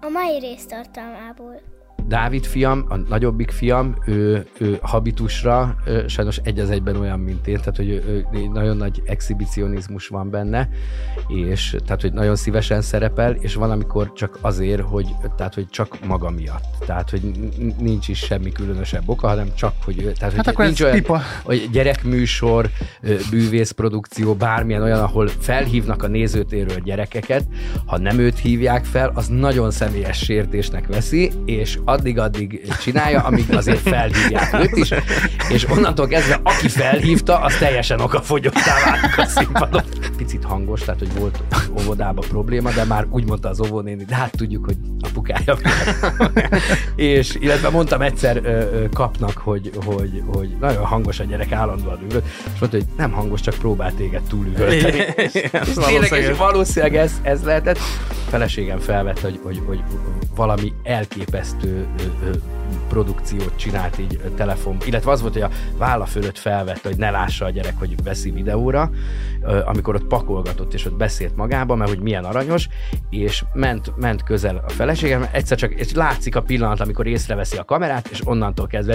A mai rész tartalmából. Dávid fiam, a nagyobbik fiam, ő habitusra sajnos egy az egyben olyan, mint én, tehát hogy ő nagyon nagy exhibicionizmus van benne, és tehát hogy nagyon szívesen szerepel, és van, amikor csak azért, hogy csak maga miatt. Tehát, hogy nincs is semmi különösebb oka, hanem csak, hogy tehát, hát hogy nincs olyan, hogy gyerekműsor, bűvészprodukció, bármilyen olyan, ahol felhívnak a nézőtérről gyerekeket, ha nem őt hívják fel, az nagyon személyes sértésnek veszi, és addig csinálja, amíg azért felhívják őt is, és onnantól kezdve, aki felhívta, az teljesen okafogyottá válik a színpadon. Picit hangos, tehát, hogy volt óvodában probléma, de már úgy mondta az óvónéni, de hát tudjuk, hogy apukája. És illetve mondtam egyszer kapnak, hogy nagyon hangos a gyerek, állandóan üvölt, és mondta, hogy nem hangos, csak próbál téged túlüvölteni. És tényleg valószínűleg ez lehetett. Feleségem felvett, hogy valami elképesztő produkciót csinált így telefonban, illetve az volt, hogy a válla fölött felvette, hogy ne lássa a gyerek, hogy veszi videóra, amikor ott pakolgatott, és ott beszélt magába, mert hogy milyen aranyos, és ment közel a feleségem, egyszer csak és látszik a pillanat, amikor észreveszi a kamerát, és onnantól kezdve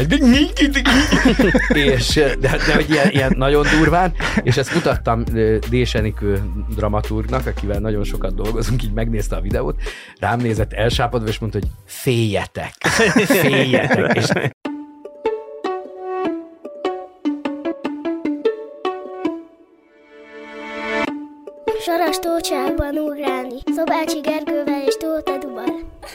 és de hogy ilyen nagyon durván, és ezt mutattam Désenikő dramaturgnak, akivel nagyon sokat dolgozunk, így megnézte a videót, rám nézett elsápadva, és mondta, hogy féljetek. És Saras tócsákban ugrálni, Szobácsi Gergővel és Tóth Eduval.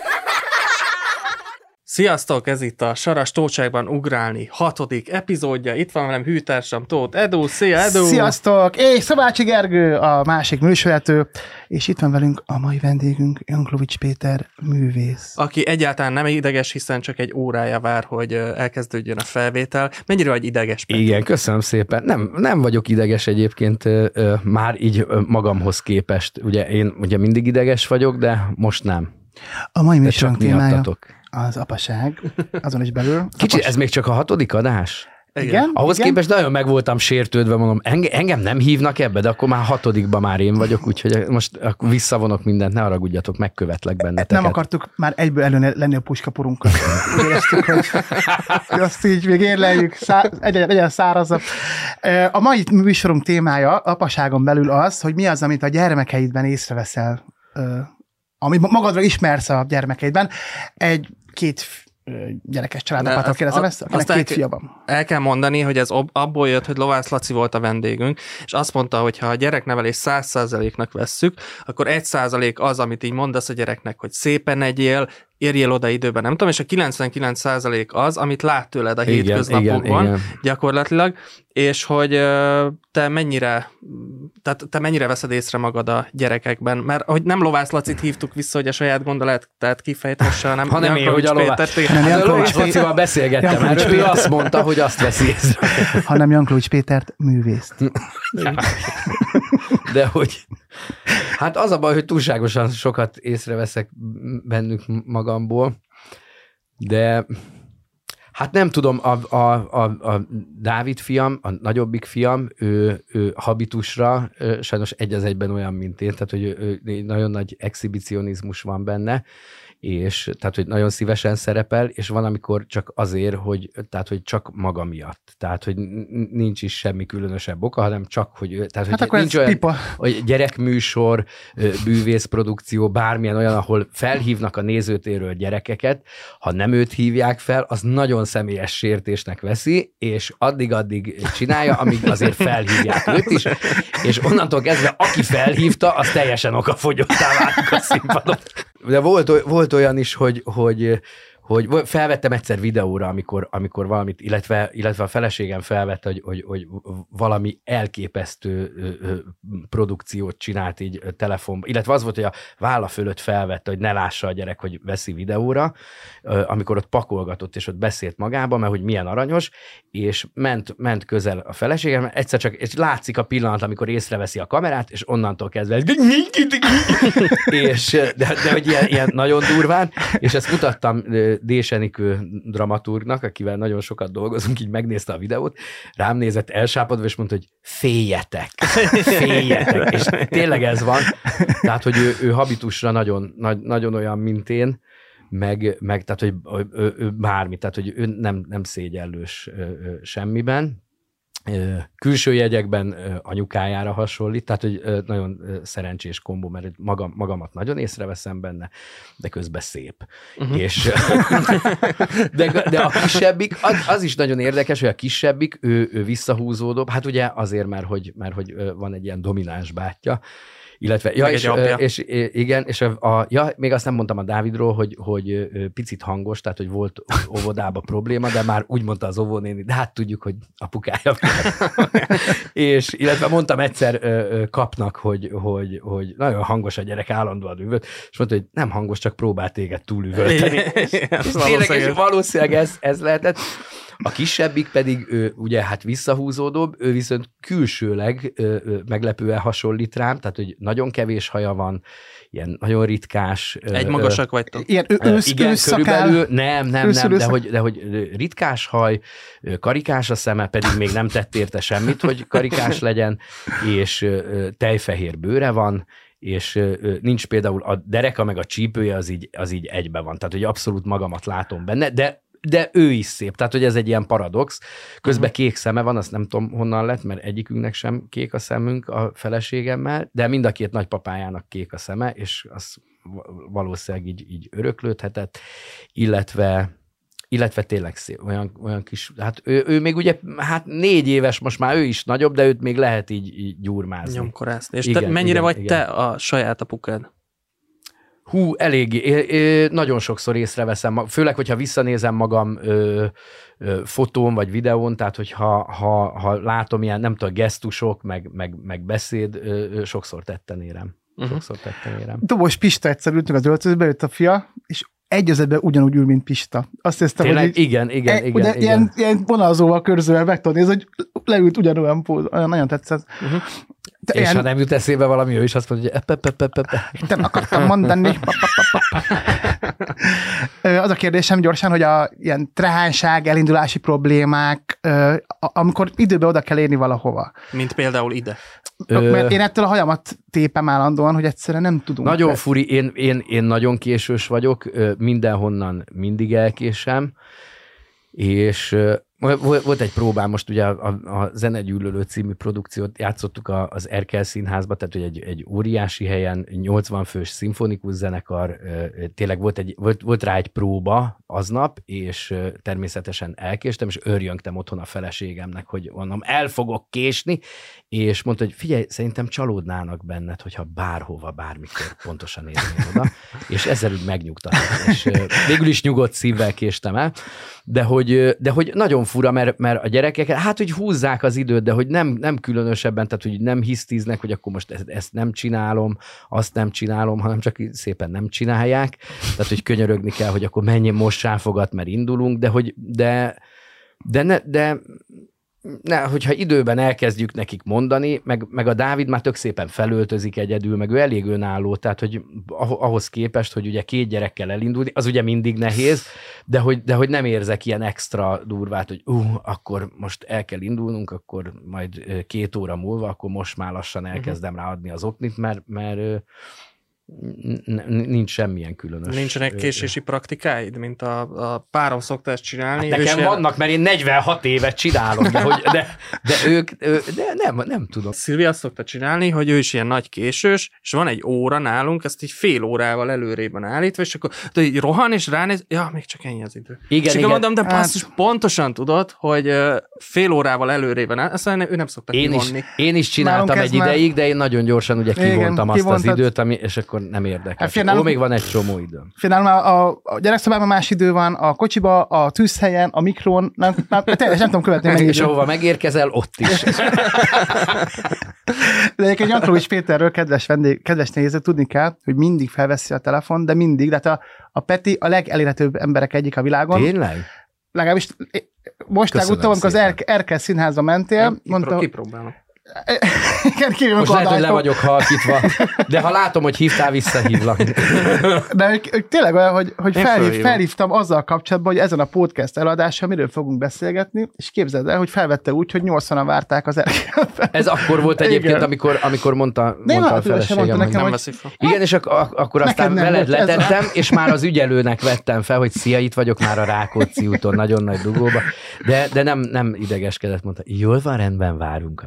Sziasztok, ez itt a Saras tócsákban ugrálni 6. epizódja. Itt van velem hűtársam Tóth Edu. Szia, Edu! Sziasztok! És Szobácsi Gergő, a másik műsorvezető, és itt van velünk a mai vendégünk, Janklovics Péter művész. Aki egyáltalán nem ideges, hiszen csak egy órája vár, hogy elkezdődjön a felvétel. Mennyire vagy ideges, Péter? Igen, köszönöm szépen. Nem vagyok ideges egyébként már így magamhoz képest. Ugye én mindig ideges vagyok, de most nem. A mai műsorunk témája az apaság, azon is belül. Kicsit, ez még csak a 6. adás? Igen. Ahhoz képest nagyon meg voltam sértődve, mondom, engem nem hívnak ebbe, de akkor már 6. már én vagyok, úgyhogy most akkor visszavonok mindent, ne haragudjatok, megkövetlek benneteket. Nem akartuk már egyből előne lenni a puskaporunkat. Úgy éreztük, hogy azt így még érleljük, legyen szárazabb. A mai műsorunk témája apaságon belül az, hogy mi az, amit a gyermekeidben észreveszel, amit magadra ismersz a gyermekeidben. Két gyerekes családapától kérdezem ezt, akinek 2 fia van. El kell mondani, hogy ez abból jött, hogy Lovász Laci volt a vendégünk, és azt mondta, hogy ha a gyereknevelés 100%-nak vesszük, akkor 1% az, amit így mondasz a gyereknek, hogy szépen egyél, érjél oda időben, nem tudom, és a 99% az, amit lát tőled a hétköznapokban, igen. Gyakorlatilag, és hogy te mennyire veszed észre magad a gyerekekben, mert hogy nem Lovász Lacit hívtuk vissza, hogy a saját gondolatát kifejthesse, hanem Janklovics Pétert. Lovász Lacival beszélgettem, mert ő azt mondta, hogy azt veszi észre. Hanem Janklovics Pétert művészt. De hogy... Hát az a baj, hogy túlságosan sokat észreveszek bennük magamból, de hát nem tudom, a Dávid fiam, a nagyobbik fiam, ő habitusra sajnos egy az egyben olyan, mint én, tehát hogy ő nagyon nagy exhibicionizmus van benne, és tehát, hogy nagyon szívesen szerepel, és van, amikor csak azért, hogy csak maga miatt. Tehát, hogy nincs is semmi különösebb oka, hanem csak, hogy tehát, hát hogy nincs olyan, hogy gyerekműsor, bűvészprodukció, bármilyen olyan, ahol felhívnak a nézőtérről gyerekeket, ha nem őt hívják fel, az nagyon személyes sértésnek veszi, és addig csinálja, amíg azért felhívják őt is, és onnantól kezdve, aki felhívta, az teljesen okafogyottá válik a színpadon. De volt olyan is, hogy felvettem egyszer videóra, amikor valamit, illetve a feleségem felvette, hogy valami elképesztő produkciót csinált így telefonban, illetve az volt, hogy a válla fölött felvette, hogy ne lássa a gyerek, hogy veszi videóra, amikor ott pakolgatott, és ott beszélt magába, mert hogy milyen aranyos, és ment közel a feleségem, egyszer csak és látszik a pillanat, amikor észreveszi a kamerát, és onnantól kezdve és de hogy ilyen nagyon durván, és ezt mutattam Dés Enikő dramaturgnak, akivel nagyon sokat dolgozunk, így megnézte a videót, rám nézett elsápadva, és mondta, hogy féljetek. És tényleg ez van. Tehát, hogy ő habitusra nagyon olyan, mint én, meg tehát, hogy ő bármi, tehát, hogy ő nem szégyellős semmiben. Külső jegyekben anyukájára hasonlít, tehát, hogy nagyon szerencsés kombó, mert magamat nagyon észreveszem benne, de közben szép. És, de a kisebbik, az is nagyon érdekes, hogy a kisebbik, ő visszahúzódóbb, hát ugye azért, mert hogy van egy ilyen domináns bátyja, illetve, még azt nem mondtam a Dávidról, hogy picit hangos, tehát, hogy volt óvodába probléma, de már úgy mondta az óvónéni, de hát tudjuk, hogy apukája. És illetve mondtam egyszer Kapnak, hogy nagyon hangos a gyerek, állandóan üvölt, és mondta, hogy nem hangos, csak próbál téged túlüvölteni. És valószínűleg ez lehetett. A kisebbik pedig ugye hát visszahúzódóbb, ő viszont külsőleg meglepően hasonlít rám, tehát hogy nagyon kevés haja van, ilyen nagyon ritkás. Egymagasak vagytok? Ilyen igen, körülbelül, nem, de hogy ritkás haj, karikás a szeme, pedig még nem tett érte semmit, hogy karikás legyen, és tejfehér bőre van, és nincs például a dereka meg a csípője, az így egybe van. Tehát, hogy abszolút magamat látom benne, de ő is szép, tehát hogy ez egy ilyen paradox. Közben kék szeme van, azt nem tudom honnan lett, mert egyikünknek sem kék a szemünk a feleségemmel, de mind a két nagypapájának kék a szeme, és az valószínűleg így öröklődhetett, illetve tényleg szép, olyan kis, hát ő még ugye, 4 éves, most már ő is nagyobb, de őt még lehet így gyurmázni. Nyomkorászni. És te mennyire vagy te a saját apukád? Eléggé. Nagyon sokszor észreveszem, főleg, hogyha visszanézem magam fotón vagy videón, tehát, hogyha látom ilyen, nem tudom, gesztusok, meg beszéd, sokszor tetten érem. Dobos Pista egyszer ültünk az öltözőbe, jött a fia, és egy ezetben ugyanúgy ül, mint Pista. Azt hiszem, tényleg, hogy igen. Ilyen vonalzóval körzővel meg tudod nézni, hogy leült ugyanolyan póz, nagyon tetszett. És ha nem jut eszébe valami, ő is azt mondja, hogy nem akartam mondani. Az a kérdésem gyorsan, hogy ilyen trehányság, elindulási problémák, amikor időben oda kell érni valahova. Mint például ide. Mert én ettől a hajamat tépem állandóan, hogy egyszerűen nem tudunk. Nagyon furi, én nagyon késős vagyok, mindenhonnan mindig elkésem, és volt egy próbám, most ugye a Zenegyűlölő című produkciót játszottuk az Erkel Színházba, tehát hogy egy óriási helyen, 80 fős szimfonikus zenekar, tényleg volt rá egy próba aznap, és természetesen elkéstem, és örjöngtem otthon a feleségemnek, hogy mondom, el fogok késni, és mondta, hogy figyelj, szerintem csalódnának benned, hogyha bárhova, bármikor pontosan érnél oda, és ezzel úgy megnyugtatott, és végül is nyugodt szívvel késtem el, de hogy nagyon fura, mert a gyerekek, hát, hogy húzzák az időt, de hogy nem különösebben, tehát, hogy nem hisztíznek, hogy akkor most ezt nem csinálom, azt nem csinálom, hanem csak szépen nem csinálják. Tehát, hogy könyörögni kell, hogy akkor menj, most sáfogat, mert indulunk, de hogyha időben elkezdjük nekik mondani, meg a Dávid már tök szépen felöltözik egyedül, meg ő elég önálló, tehát hogy ahhoz képest, hogy ugye 2 gyerekkel elindulni, az ugye mindig nehéz, de hogy nem érzek ilyen extra durvát, hogy akkor most el kell indulnunk, akkor majd 2 óra múlva, akkor most már lassan elkezdem ráadni az oknit, mert nincs semmilyen különös. Nincsenek késési praktikáid, mint a párom szokta ezt csinálni? Hát nekem vannak, mert én 46 évet csinálom, de ők nem tudom. Szilvi azt szokta csinálni, hogy ő is ilyen nagy késős, és van egy óra nálunk, ezt így fél órával előrében állítva, és akkor így rohan, és ránéz, még csak ennyi az idő. Igen, és akkor mondom, de basszus, pontosan tudod, hogy fél órával előrében áll, aztán ő nem szokta kivonni. Én is csináltam egy ideig, de én nagyon gyorsan ugye kivontam azt az időt, és akkor nem érdekel. Még van egy csomó időm. Például a gyerekszobában más idő van, a kocsiba, a tűzhelyen, a mikrón, teljesen nem tudom követni mennyi és ahova megérkezel, ott is. De egyébként Jankovics Péterről, kedves néző, tudni kell, hogy mindig felveszi a telefon, de mindig, de hát a Peti a legelérhetőbb emberek egyik a világon. Tényleg? Legalábbis most legutóbb, amikor az Erkel Színházba mentél, mondta, kipróbálom. Igen, most lehet, hogy le vagyok halkítva, de ha látom, hogy hívtál, visszahívlak. De tényleg olyan, hogy felhívtam azzal kapcsolatban, hogy ezen a podcast eladással miről fogunk beszélgetni, és képzeld el, hogy felvette úgy, hogy 80-an várták az elkezdet. Ez akkor volt egyébként, amikor mondta a feleségem. Nekem, nem hogy... Igen, és akkor aztán veled letettem, és már az ügyelőnek vettem fel, hogy szia, itt vagyok már a Rákóczi úton, nagyon nagy dugóba, de nem idegeskedett, mondta, jól van, rendben, várunk.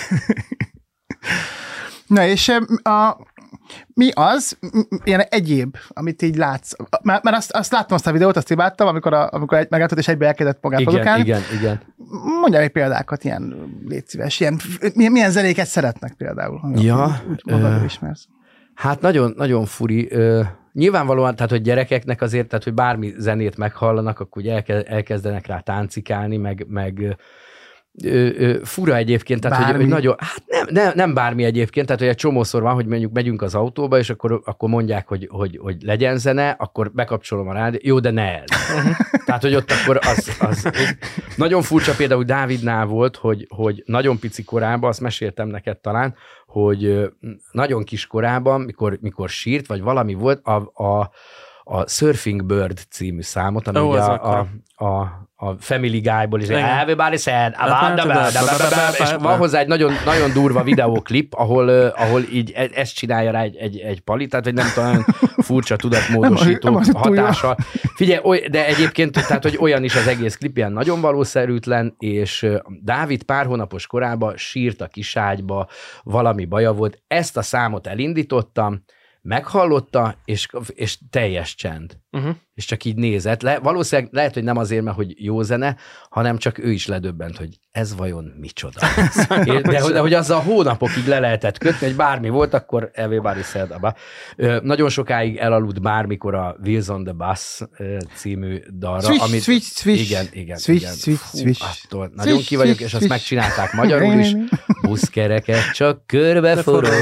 Na, és mi az, ilyen egyéb, amit így látsz? Mert azt láttam azt a videót, azt imádtam, amikor megálltott, és egybe elkezdett magát produkálni. Igen. Mondjál egy példákat, ilyen légy szíves, milyen zenéket szeretnek például? Úgy magadról ismersz. Hát nagyon, nagyon furi. Nyilvánvalóan, tehát, hogy gyerekeknek azért, tehát, hogy bármi zenét meghallanak, akkor ugye elkezdenek rá táncikálni, meg fura egyébként, tehát hogy nagyon, hát nem bármi egyébként, tehát hogy egy csomószor van, hogy mondjuk megyünk az autóba, és akkor mondják, hogy legyen zene, akkor bekapcsolom a rádiót, jó, de ne ez. Tehát, hogy ott akkor az nagyon furcsa például Dávidnál volt, hogy nagyon pici korában, azt meséltem neked talán, hogy nagyon kis korában, mikor sírt, vagy valami volt, a Surfing Bird című számot, ami a Family Guy-ból is, everybody said, és van hozzá egy nagyon, nagyon durva videóklip, ahol így ezt csinálja rá egy pali, tehát egy nem tudom, furcsa tudatmódosító hatással. Figyelj, de egyébként, tehát, hogy olyan is az egész klip, ilyen nagyon valószerűtlen, és Dávid pár hónapos korában sírt a kiságyba, valami baja volt, ezt a számot elindítottam, meghallotta, és teljes csend. És csak így nézett. Valószínűleg lehet, hogy nem azért, mert hogy jó zene, hanem csak ő is ledöbbent, hogy ez vajon micsoda. De hogy azzal hónapokig le lehetett kötni, hogy bármi volt, akkor everybody said abba. Nagyon sokáig elaludt bármikor a Wheels on the Bus című dalra. Swish. Igen. Attól nagyon ki vagyok, és azt megcsinálták magyarul is. Buszkereket csak körbeforog,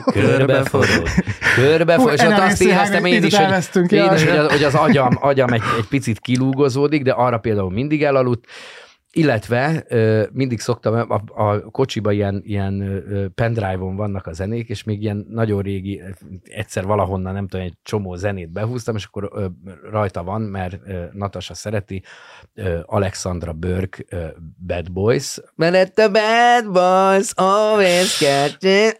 és ott azt éreztem én is, hogy az agyam egy picit kilúgozódik, de arra például mindig elaludt, illetve mindig szoktam, a kocsiba ilyen pendrive-on vannak a zenék, és még ilyen nagyon régi, egyszer valahonnan, nem tudom, egy csomó zenét behúztam, és akkor rajta van, mert Natasha szereti, Alexandra Burke, Bad Boys. Mert a Bad Boys always catch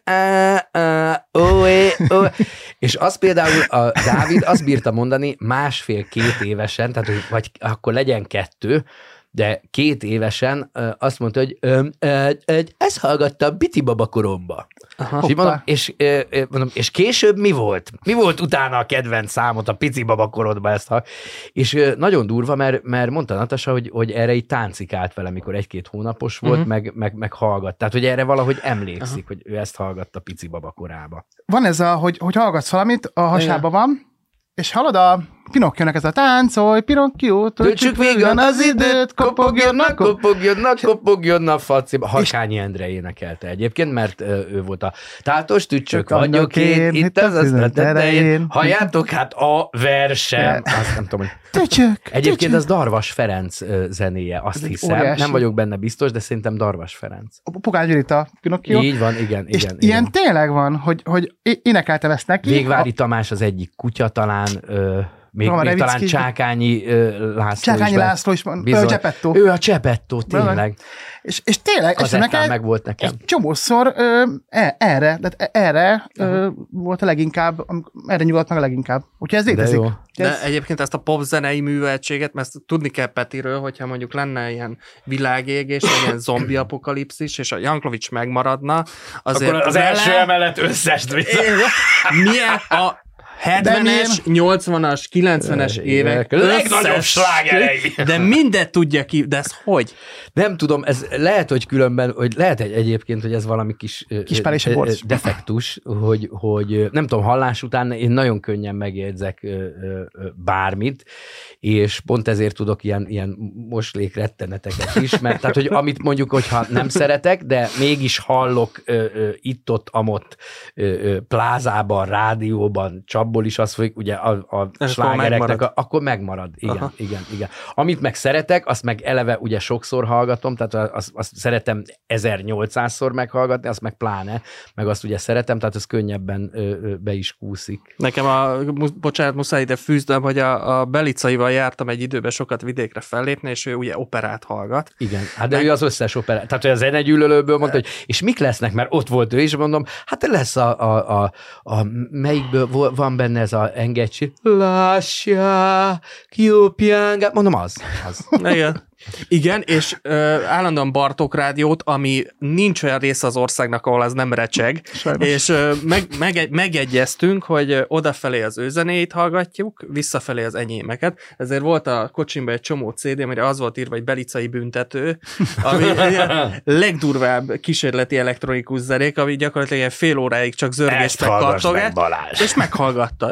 és az például a Dávid azt bírta mondani 1,5-2 évesen, tehát vagy akkor legyen 2, de 2 évesen azt mondta, hogy ezt hallgatta Biti Baba koromba. És később mi volt? Mi volt utána a kedvenc számot a Pici Baba korodba ezt és nagyon durva, mert mondta Natasha, hogy erre így táncikált vele, mikor 1-2 hónapos volt, meg hallgat. Tehát, hogy erre valahogy emlékszik, hogy ő ezt hallgatta Pici Baba korába. Van ez hogy hallgatsz valamit, a hasába van, és hallod a Pinokkiónak ez a táncolj, Pinokkió, töltsük végül az időt, kopogjon a faciba. Harkányi Endre énekelte egyébként, mert ő volt a tátos tücsök vagyok én, itt az tetején, halljátok hát a versem. Azt nem tudom, hogy... Tücsök! Egyébként az Darvas Ferenc zenéje, azt hiszem. Óriási. Nem vagyok benne biztos, de szerintem Darvas Ferenc. Pogány Gyurit a Pinokkió. Így van, igen. Ilyen tényleg van, hogy énekeltem ezt neki. Végvári Tamás az egyik kutya talán, még talán Csákányi László is van. Csepettó. Ő a Csepettó, tényleg. És tényleg, kazettán meg volt nekem. Egy csomószor erre volt a leginkább, erre nyugodt meg a leginkább. Úgyhogy ez létezik. De egyébként ezt a popzenei műveltséget, mert ezt tudni kell Petiről, hogyha mondjuk lenne ilyen világégés, vagy ilyen zombi apokalipszis, és a Jankovics megmaradna, azért... Akkor az első emelet összest vissza. Milyen a 70-es, 80-as, 90-es évek legnagyobb slágerei. De mindent tudja ki, de ez hogy? Nem tudom, ez lehet, hogy különben, hogy lehet egyébként, hogy ez valami kis defektus, hogy nem tudom, hallás után én nagyon könnyen megjegyzek bármit, és pont ezért tudok ilyen moslék retteneteket is, mert tehát, hogy amit mondjuk, hogyha nem szeretek, de mégis hallok itt-ott, amott plázában, rádióban, abból is az folyik, ugye a slágereknek, akkor megmarad. Igen. Amit meg szeretek, azt meg eleve ugye sokszor hallgatom, tehát azt szeretem 1800-szor meghallgatni, azt meg pláne, meg azt ugye szeretem, tehát az könnyebben be is kúszik. Nekem bocsánat, muszáj ide fűznöm, hogy a Belicaival jártam egy időben sokat vidékre fellépni, és ő ugye operát hallgat. Igen, hát de ő az összes operát, tehát a zenegyűlölőből mondta, hogy és mik lesznek, mert ott volt ő is, mondom, hát lesz a melyikből van benne ez a engedjé, Lascia, Kiupianga, mondom az. Igen, és állandóan Bartók rádiót, ami nincs olyan része az országnak, ahol az nem recseg, sajnos. És megegyeztünk, hogy odafelé az ő zenéit hallgatjuk, visszafelé az enyémeket, ezért volt a kocsimban egy csomó CD, amire az volt írva, hogy Belicai büntető, ami legdurvább kísérleti elektronikus zenék, ami gyakorlatilag egy fél óráig csak zörgést meg kattogás, és meghallgatta.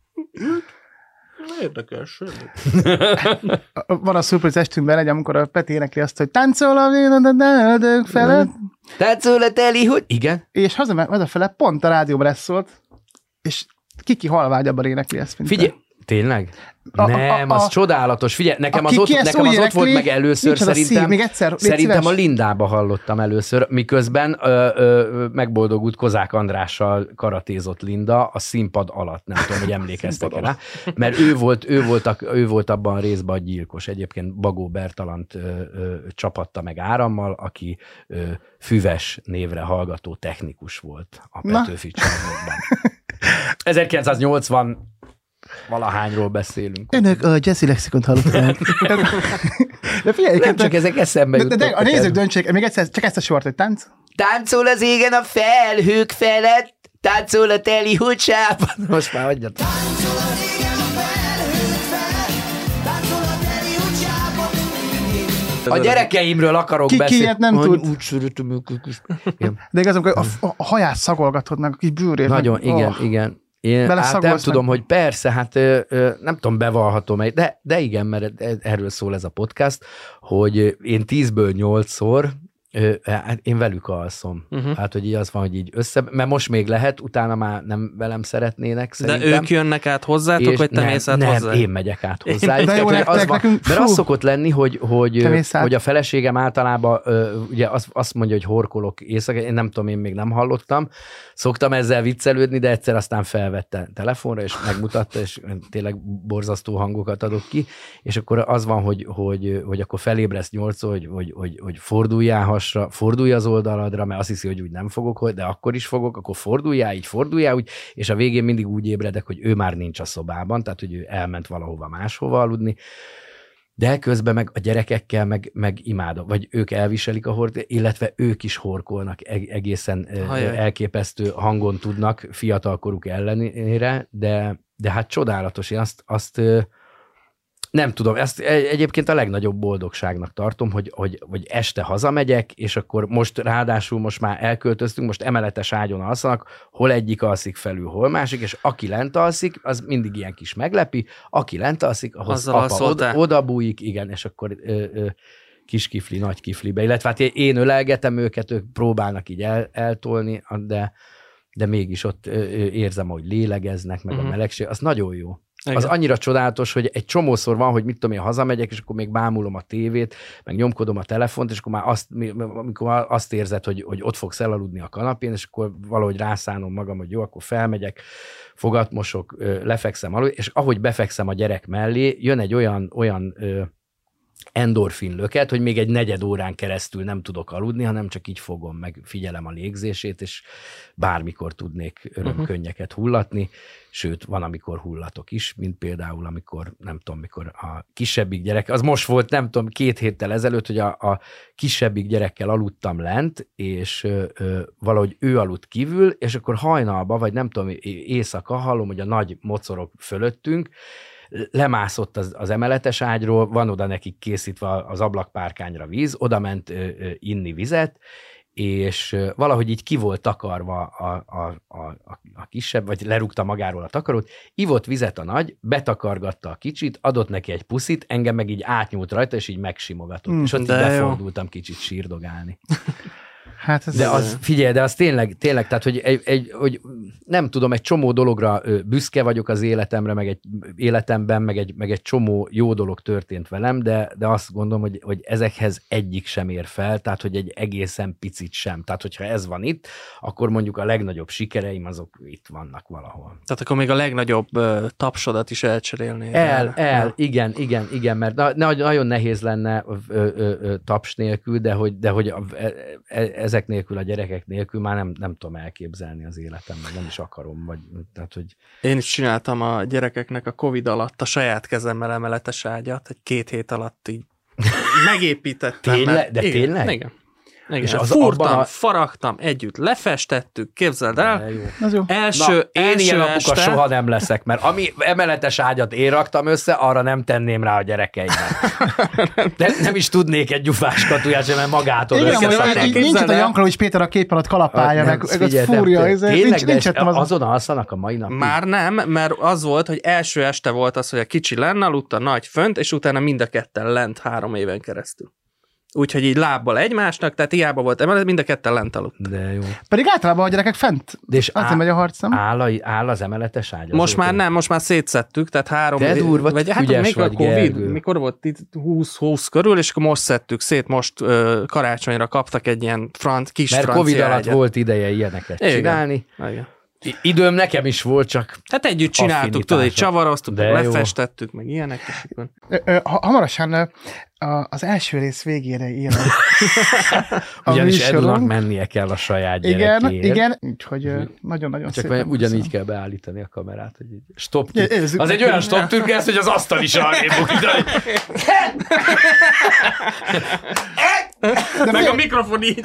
Érdekes. Van a Surprise estünkben amikor a Peti énekli azt, hogy táncol a vénadők felett. Táncol a teli, hogy igen. És hazafele pont a rádióban lesz szólt, és Kiki halvágyabban énekli ezt. Figyelj, tényleg? Nem, az csodálatos. Figyelj, nekem az ott volt meg először, szerintem a Lindába hallottam először, miközben megboldogult Kozák Andrással karatézott Linda a színpad alatt, nem tudom, hogy emlékeztek rá, mert ő volt abban a részben a gyilkos. Egyébként Bagó Bertalant csapatta meg Árammal, aki Füves névre hallgató technikus volt a Petőfi csarnokban. 1980 valahányról beszélünk. Önök a Jazzy Lexikont hallották. De figyelj, nem csak ezek eszembe jutottak. De a nézők döntsék, még egyszer, csak ezt a sort, hogy tánc. Táncol az égen a felhők felett, táncol a teli hucsában. Most már hagyjad. Táncol az égen a felhők felett, táncol a teli hucsában. A gyerekeimről akarok beszélni. Ki ilyet nem tud. De igazán, a haját szagolgatod meg a kis bőrét. Nagyon, igen. Én nem tudom, hogy persze, hát nem tudom, bevallhatom, de igen, mert erről szól ez a podcast, hogy én 10-ből 8-szor hát én velük alszom. Hát, hogy így az van, hogy így mert most még lehet, utána már nem velem szeretnének szerintem. De ők jönnek át hozzátok, vagy te mész át hozzá? Nem, én megyek át hozzá. Mert az szokott lenni, hogy a feleségem általában ugye azt mondja, hogy horkolok éjszaka, én nem tudom, én még nem hallottam. Szoktam ezzel viccelődni, de egyszer aztán felvette telefonra, és megmutatta, és tényleg borzasztó hangokat adok ki, és akkor az van, hogy akkor felébresz 8-szor, hogy forduljál hasra, fordulj az oldaladra, mert azt hiszi, hogy úgy nem fogok, de akkor is fogok, akkor forduljál úgy, és a végén mindig úgy ébredek, hogy ő már nincs a szobában, tehát hogy ő elment valahova máshova aludni, de közben meg a gyerekekkel meg imádom, vagy ők elviselik a hort, illetve ők is horkolnak, egészen elképesztő hangon tudnak fiatalkoruk ellenére, de hát csodálatos, én azt nem tudom, ezt egyébként a legnagyobb boldogságnak tartom, hogy este hazamegyek, és akkor ráadásul most már elköltöztünk, most emeletes ágyon alszanak, hol egyik alszik felül, hol másik, és aki lent alszik, az mindig ilyen kis meglepi, aki lent alszik, ahhoz apa oda bújik, igen, és akkor kis kifli, nagy kiflibe, illetve hát én ölelgetem őket, ők próbálnak így eltolni, de mégis ott érzem, hogy lélegeznek, meg a melegség, az nagyon jó. Igen. Az annyira csodálatos, hogy egy csomószor van, hogy mit tudom én, hazamegyek, és akkor még bámulom a tévét, meg nyomkodom a telefont, és akkor már amikor azt érzed, hogy ott fogsz elaludni a kanapén, és akkor valahogy rászánom magam, hogy jó, akkor felmegyek, fogat mosok, lefekszem alul, és ahogy befekszem a gyerek mellé, jön egy olyan endorfin löket, hogy még egy negyed órán keresztül nem tudok aludni, hanem csak így fogom, meg figyelem a légzését, és bármikor tudnék örömkönnyeket hullatni, sőt, van, amikor hullatok is, mint például, amikor, nem tudom, mikor a kisebbik gyerek, az most volt, nem tudom, 2 héttel ezelőtt, hogy a kisebbik gyerekkel aludtam lent, és valahogy ő aludt kívül, és akkor hajnalba, vagy nem tudom, éjszaka hallom, hogy a nagy mocorok fölöttünk, lemászott az emeletes ágyról, van oda nekik készítve az ablakpárkányra víz, oda ment inni vizet, és valahogy így ki volt takarva a kisebb, vagy lerúgta magáról a takarót, ivott vizet a nagy, betakargatta a kicsit, adott neki egy puszit, engem meg így átnyúlt rajta, és így megsimogatott. És ott így befordultam kicsit sírdogálni. Hát de az, figyelj, de az tényleg, tehát, hogy nem tudom, egy csomó dologra büszke vagyok az életemre, életemben, meg egy csomó jó dolog történt velem, de azt gondolom, hogy ezekhez egyik sem ér fel, tehát hogy egy egészen picit sem. Tehát hogyha ez van itt, akkor mondjuk a legnagyobb sikereim azok itt vannak valahol. Tehát akkor még a legnagyobb tapsodat is elcserélnéd. Igen, mert nagyon nehéz lenne taps nélkül, de hogy ezek nélkül, a gyerekek nélkül már nem tudom elképzelni az életemben, nem is akarom. Tehát, hogy... Én is csináltam a gyerekeknek a Covid alatt a saját kezemmel emeletes ágyat, egy 2 hét alatt így megépítettem. Tényleg? De tényleg? Igen. És fúrtam, faragtam, együtt lefestettük, képzeld el. Az jó. Én ilyen apuka soha nem leszek, mert ami emeletes ágyat én raktam össze, arra nem tenném rá a gyerekeimnek. Nem is tudnék egy gyufás katuját sem, mert magától összeszedni. Nincs ott a Jankovics Péter a kép alatt kalapálja, meg fúrja. Tényleg, azon alszanak a mai napig? Már nem, mert az volt, hogy első este volt az, hogy a kicsi lenne, aludt a nagy fönt, és utána mind a ketten lent 3 éven keresztül. Úgyhogy így lábbal egymásnak, tehát hiába volt emelet, mind a ketten lent aludt. De jó. Pedig általában a gyerekek fent. De és azért megy a harc, nem? Áll az emeletes ágy? Most már nem, most már szétszettük, tehát 3... De durva, vagy hát ügyes mikor vagy, a Covid, Gergő. mikor volt itt 20 körül, és akkor most szedtük szét, most karácsonyra kaptak egy ilyen kis mert francia Covid alatt ágyat. volt ideje ilyeneket csinálni. Igen. Időm nekem is volt, csak hát együtt csináltuk, tudod, így csavaroztuk, lefestettük, meg ilyenek. Hamarosan az első rész végére írnak. Ugyanis Edunak mennie kell a saját gyerekéért. Igen, úgyhogy nagyon-nagyon csak szépen. ugyanígy kell beállítani a kamerát, hogy stop. Az egy olyan stop türke, hogy az asztal is arrébb bukít. Meg a mikrofon így.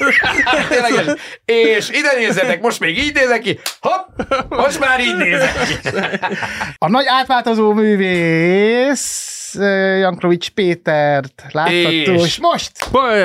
És ide nézzetek, most még így nézek ki. Hopp, most már így nézek ki. A nagy átváltozó művész Jankovics Pétert látható, és most!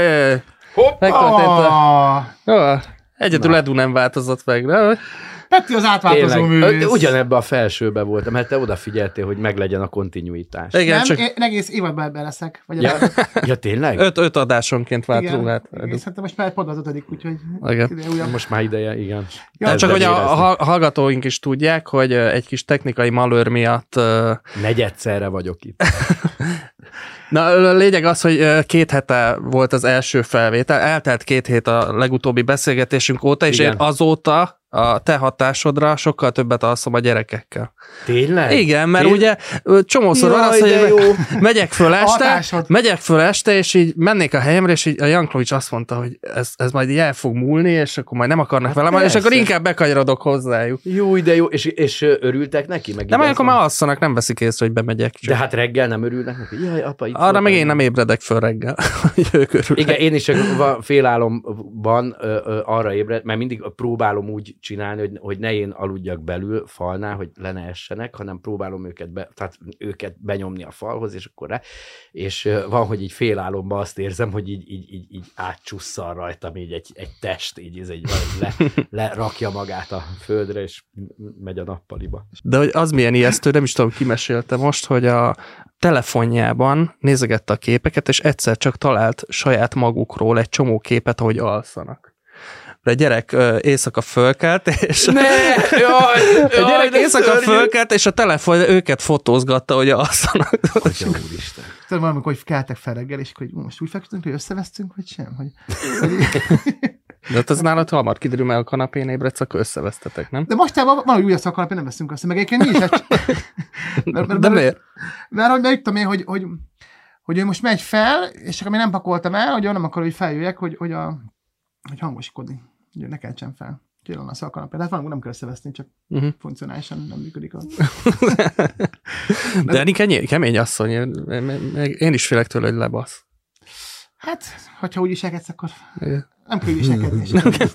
Hoppá! Egyedül Edu nem változott meg, nem? Peti az átváltozó művész. Ugyanebben a felsőbe voltam, mert te odafigyeltél, hogy meglegyen a kontinuitás. Igen, nem, csak... én egész évadban ebben leszek. Vagy ja, tényleg? 5 adásonként váltunk át. Hát most már pont az 5., úgyhogy... Most már ideje, igen. Ja, csak hogy a hallgatóink is tudják, hogy egy kis technikai malőr miatt... Negyedszerre vagyok itt. Na, a lényeg az, hogy 2 hete volt az első felvétel, eltelt 2 hét a legutóbbi beszélgetésünk óta, és én azóta a te hatásodra sokkal többet alszom a gyerekekkel. Tényleg? Igen, mert ugye csomószor van az, hogy megyek föl este, és így mennék a helyemre, és így a Jankovics azt mondta, hogy ez majd így el fog múlni, és akkor majd nem akarnak velem, és akkor inkább bekanyarodok hozzájuk. Jó, de jó, és örültek neki? Meg nem, akkor már alszanak, nem veszik észre, hogy bemegyek. Csak. De hát reggel nem örülnek neki? Jaj, apa, itt arra meg én nem ébredek föl reggel, hogy ők örülnek. Igen, én is félálomban arra ébred, mert mindig próbálom úgy csinálni, hogy ne én aludjak belül falnál, hogy le ne essenek, hanem próbálom őket benyomni a falhoz, és akkor és van, hogy így félálomban azt érzem, hogy így átcsusszal rajtam így egy test, így lerakja magát a földre, és megy a nappaliba. De hogy az milyen ijesztő, nem is tudom, ki mesélte most, hogy a telefonjában nézegette a képeket, és egyszer csak talált saját magukról egy csomó képet, ahogy alszanak. A gyerek éjszaka fölkelt, és a gyerek éjszaka fölkelt, és a telefon őket fotózgatta, hogy alszanak. Úristen. Tudom, valamikor, hogy keltek fel reggel, és hogy most úgy fekszünk, hogy összevesztünk, vagy sem? De hát az nálad hamar kiderül, mert a kanapén ébredsz, akkor összevesztetek, nem? De mostában van, hogy úgy azt a kanapén nem veszünk össze, meg egyébként mi is. De miért? Mert hogy megütöm én, hogy ő most megy fel, és akkor még nem pakoltam el, hogy nem akar, hogy feljöjjek, hogy hangoskodni. Ugye ne keltsen fel. Úgyhogy onnan a kanapén. Tehát valamúgy nem kell összeveszni, csak funkcionálisan nem működik. De Eni kemény asszony. Én is félek tőle, hogy lebasz. Hát, hogyha úgy viselkedsz, akkor nem kell viselkedni.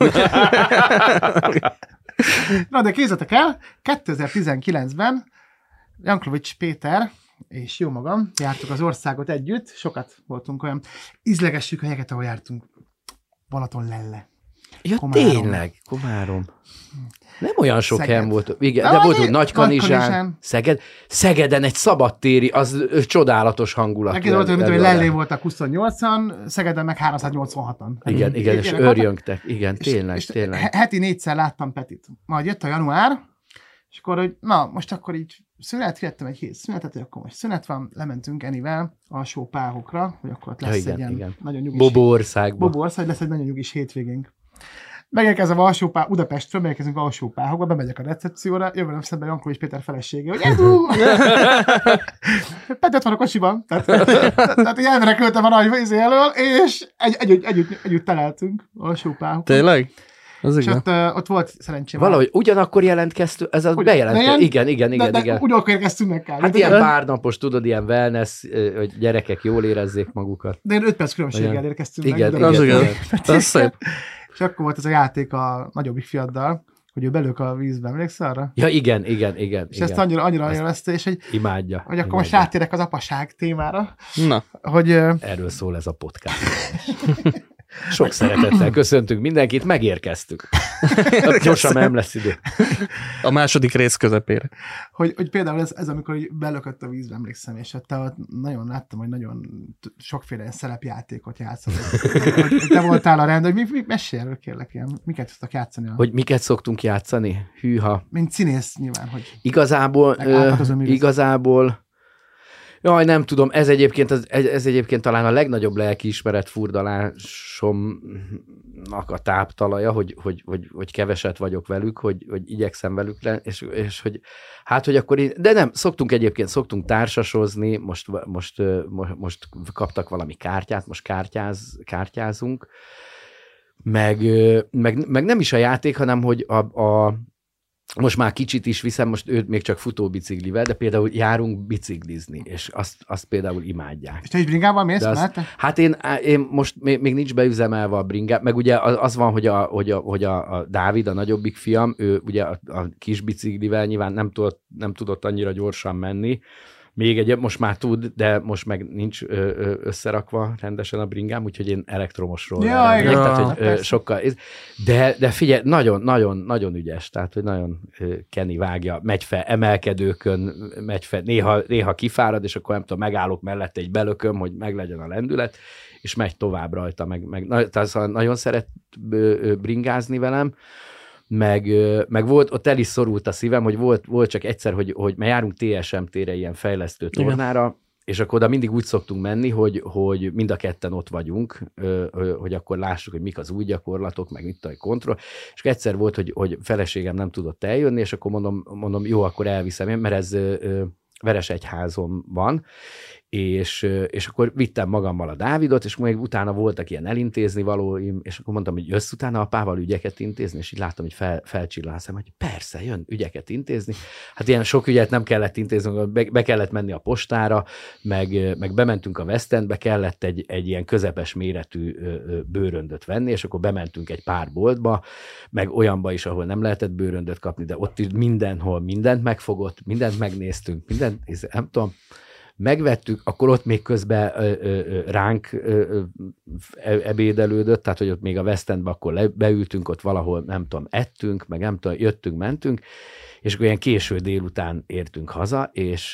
Na, de képzeltek el, 2019-ben Jankovics Péter és jó magam jártuk az országot együtt, sokat voltunk olyan ízlegessük helyeket, ahol jártunk. Balaton Lelle. Ja, Komárom. tényleg, Komárom. Nem olyan sok Szeged. helyen volt. Igen, de volt, hogy Nagykanizsán, Szegeden egy szabadtéri, az csodálatos hangulat. Neki volt, mint hogy Lellé voltak 28-an, Szegeden meg 386-an. Igen, és örjöngtek. Igen, tényleg. Heti 4-szer láttam Petit. Majd jött a január, és akkor, hogy na, most akkor így kivettem egy hét szünetet, hogy akkor most szünet van, lementünk Enivel alsó Páhokra, hogy akkor ott lesz egy ilyen nagyon nyugis... Bobországban. Lesz egy nagyon nyugis hétvégénk. Megérkezem Budapestről, megérkezünk alsó Páhokba, bemegyek a recepcióra, jövőre szemben Jankovics Péter felesége, hogy Petet van a kocsiban. Tehát így elmenekültem a nagy vízé elől, és együtt teleltünk alsó Páhokba. Tényleg? És ott volt szerencsém. Valahogy ugyanakkor jelentkeztünk, ez az bejelentkező. Igen. Ugyanakkor érkeztünk meg kell. Hát ilyen pár napos, tudod, ilyen wellness, hogy gyerekek jól érezzék magukat. De 5 perc különbséggel érkeztünk meg. Igen. Az szép. És akkor volt ez a játék a nagyobbik fiaddal, hogy ő belők a vízbe, emlékszel arra? Ja, igen. És ezt annyira élvezte, és hogy imádja. Hogy akkor most rátérek az apaság témára. Na. Hogy, erről szól ez a podcast. Sok szeretettel köszöntünk mindenkit, megérkeztünk. Gyorsan nem lesz idő. A második rész közepére. Hogy például ez amikor belökött a vízbe, emlékszem, és ott nagyon láttam, hogy nagyon sokféle szerepjátékot játszott. Hogy te voltál a rend, hogy mi mesélj erről, kérlek, ilyen, miket szoktak játszani? Hogy miket szoktunk játszani? Hűha. Mint színész nyilván, hogy... Igazából jaj, nem tudom, ez egyébként talán a legnagyobb lelkiismeret furdalásomnak a táptalaja, hogy keveset vagyok velük, hogy igyekszem velük lenni, és hogy hát, hogy akkor de nem, szoktunk társasozni, most kaptak valami kártyát, most kártyázunk, meg nem is a játék, hanem hogy most már kicsit is viszem, most őt még csak futóbiciklivel, de például járunk biciklizni, és azt például imádják. És te is bringával mész? Hát én most még nincs beüzemelve a bringá, meg ugye az van, hogy a Dávid, a nagyobbik fiam, ő ugye a kis biciklivel nyilván nem tudott annyira gyorsan menni, most már tud, de most meg nincs összerakva rendesen a bringám, úgyhogy én elektromosról megyek, tehát hogy sokkal... De figyelj, nagyon ügyes, tehát hogy nagyon Kenny vágja, megy fel emelkedőkön, megy fel, néha kifárad, és akkor nem tudom, megállok mellette, egy belököm, hogy meglegyen a lendület, és megy tovább rajta, tehát nagyon szeret bringázni velem, meg volt, ott el is szorult a szívem, hogy volt csak egyszer, hogy járunk TSMT-re ilyen fejlesztő tornára, és akkor oda mindig úgy szoktunk menni, hogy mind a ketten ott vagyunk, hogy akkor lássuk, hogy mik az új gyakorlatok, meg mit a kontroll. És egyszer volt, hogy feleségem nem tudott eljönni, és akkor mondom jó, akkor elviszem én, mert ez Veresegyházon van, és akkor vittem magammal a Dávidot, és még utána voltak ilyen elintézni valóim, és akkor mondtam, hogy jössz utána apával ügyeket intézni, és így láttam, hogy felcsillál a szem, hogy persze, jön ügyeket intézni. Hát ilyen sok ügyet nem kellett intézni, be kellett menni a postára, meg bementünk a West Endbe, kellett egy ilyen közepes méretű bőröndöt venni, és akkor bementünk egy pár boltba, meg olyanba is, ahol nem lehetett bőröndöt kapni, de ott is mindenhol mindent megfogott, mindent megnéztünk, mindent, nem tudom, megvettük, akkor ott még közben ránk ebédelődött, tehát hogy ott még a West Endbe akkor beültünk, ott valahol, nem tudom, ettünk, meg nem tudom, jöttünk, mentünk, és akkor ilyen késő délután értünk haza,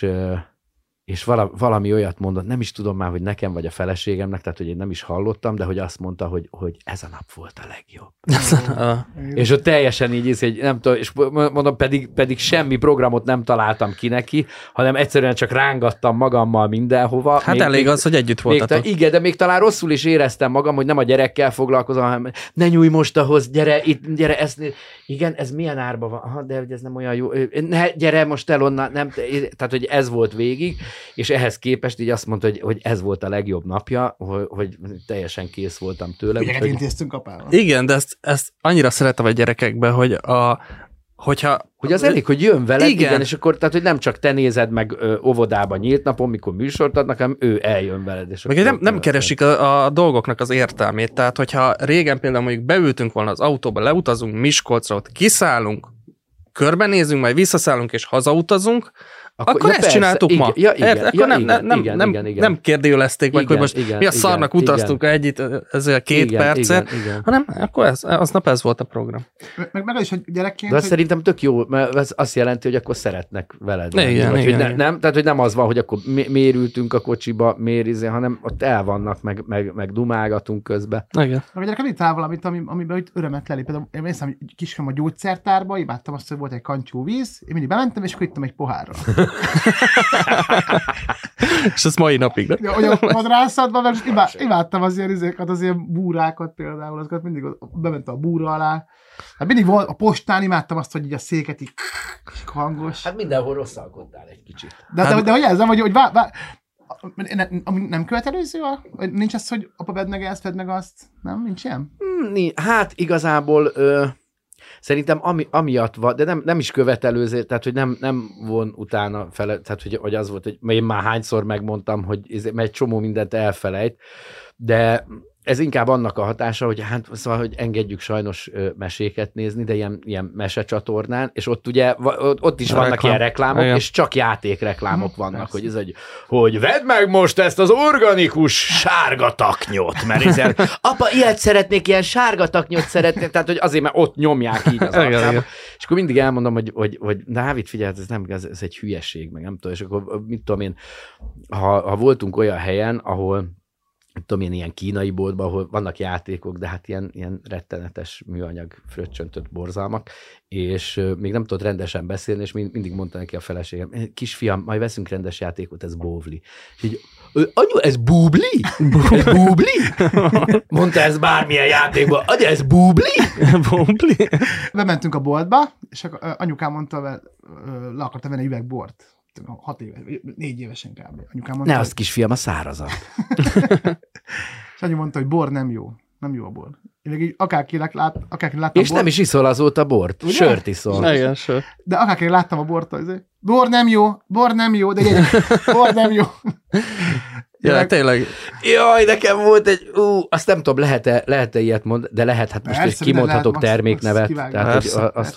és valami olyat mondott, nem is tudom már, hogy nekem vagy a feleségemnek, tehát hogy én nem is hallottam, de hogy azt mondta, hogy ez a nap volt a legjobb. És ott teljesen így, hogy nem tudom, és mondom, pedig semmi programot nem találtam ki neki, hanem egyszerűen csak rángattam magammal mindenhova. Hát elég az, hogy együtt voltatok. Igen, de még talán rosszul is éreztem magam, hogy nem a gyerekkel foglalkozom, hanem ne nyújj most ahhoz, gyere, igen, ez milyen árba van? Aha, de ez nem olyan jó. Gyere most el onnan, nem, tehát hogy ez volt végig, és ehhez képest így azt mondta, hogy ez volt a legjobb napja, hogy teljesen kész voltam tőle. Ügyeket intéztünk apával. Igen, de ezt annyira szeretem a gyerekekben, hogy hogy az elég, hogy jön veled, igen, és akkor, tehát, hogy nem csak te nézed meg óvodában nyílt napon, mikor műsort adnak, hanem ő eljön veled. És meg nem keresik a dolgoknak az értelmét, tehát hogyha régen például mondjuk beültünk volna az autóba, leutazunk Miskolcra, ott kiszállunk, körbenézünk, majd visszaszállunk és hazautazunk, Akkor ezt csináltuk ma. Nem kérdőjelezték meg, hogy most mi a szarnak utaztunk együtt ezzel 2 percet, hanem akkor aznap ez volt a program. Meg az is, hogy gyerekként... De szerintem tök jó, mert ez azt jelenti, hogy akkor szeretnek veled. Igen. Nem, tehát, hogy nem az van, hogy akkor miért ültünk a kocsiba, hanem ott el vannak, meg dumálgatunk közben. Igen. A gyerekek itt áll valamit, amiben örömet lelép. Például én néztem, hogy kisfiam a gyógyszertárba, imádtam azt, hogy volt egy kantyú víz, én mindig bementem, és akkor ittam egy pohárral. És ez mai napig, de? Hogy a madrászatban, mert imádtam az ilyen izékat, az ilyen búrákat például, azokat mindig bement a búra alá. Hát mindig volt, a postán imádtam azt, hogy így a széket így hangos. Hát mindenhol rosszalkodtál egy kicsit. De hogy jelzem, hogy nem követelőző? Nincs az, hogy apa vedd meg ezt, vedd meg azt? Nem? Nincs ilyen? Hát igazából... Szerintem amiatt van, de nem is követelőző, tehát hogy nem von utána fele, tehát hogy az volt, hogy én már hányszor megmondtam, hogy egy csomó mindent elfelejt, de ez inkább annak a hatása, hogy hát szóval, hogy engedjük sajnos meséket nézni, de ilyen mesecsatornán, és ott ugye, ott is vannak ilyen reklámok, és csak játékreklámok vannak, hogy vedd meg most ezt az organikus sárga taknyot, mert apa, ilyet szeretnék, ilyen sárga taknyot szeretnék, tehát hogy azért, mert ott nyomják így az arcába. És akkor mindig elmondom, hogy Dávid, figyelj, ez egy hülyeség, meg nem tudom, és akkor mit tudom én, ha voltunk olyan helyen, ahol tudom én, ilyen kínai boltban, ahol vannak játékok, de hát ilyen rettenetes műanyag fröccsöntött borzalmak, és még nem tudott rendesen beszélni, és mindig mondta neki a feleségem, kisfiam, majd veszünk rendes játékot, ez bóvli. És így, anyu, ez búbli? Ez búbli? Mondta ez bármilyen játékban, anyu, ez búbli? Búbli? Bementünk a boltba, és anyukám mondta, le akarta venni üvegbort. 6 éves, 4 évesen kb. Anyukám mondta, ne azt kisfiam, a szárazat. És anyu mondta, hogy bor nem jó. Nem jó a bor. Én még így akárkinek láttam és bort. Nem is iszol azóta bort. Ugye? Sört iszol. Igen, sör. De akárkinek láttam a bort, hogy bor nem jó, de bor nem jó. Ja, tényleg. Jaj, nekem volt egy, azt nem tudom, lehet-e ilyet mondani, de lehet, hát most persze, kimondhatok terméknevet. Tehát,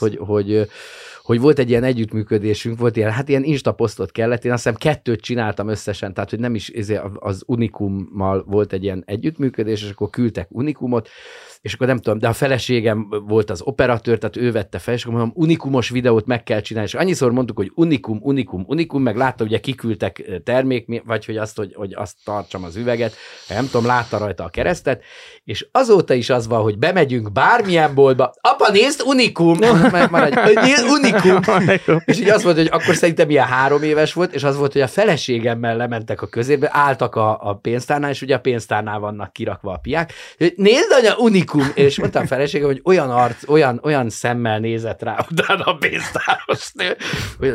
hogy volt egy ilyen együttműködésünk, volt ilyen Insta posztot kellett, én azt hiszem 2 csináltam összesen, tehát hogy nem is az Unikummal volt egy ilyen együttműködés, és akkor küldtek Unikumot, és akkor nem tudom, de a feleségem volt az operatőr, tehát ő vette fel, és akkor mondom, unikumos videót meg kell csinálni, és annyiszor mondtuk, hogy unikum, meg látta, ugye kiküldtek termék, vagy hogy azt tartsam az üveget, nem tudom, látta rajta a keresztet, és azóta is az van, hogy bemegyünk bármilyen boltba, apa, nézd, unikum, unikum, és így azt volt, hogy akkor szerintem ilyen 3 éves volt, és az volt, hogy a feleségemmel lementek a közérbe, álltak a pénztárnál, és ugye a pénztárnál vannak kirakva a piák, hogy nézd, anya, unikum, és mondtam a feleségem, hogy olyan szemmel nézett rá utána a pénztáros nő, hogy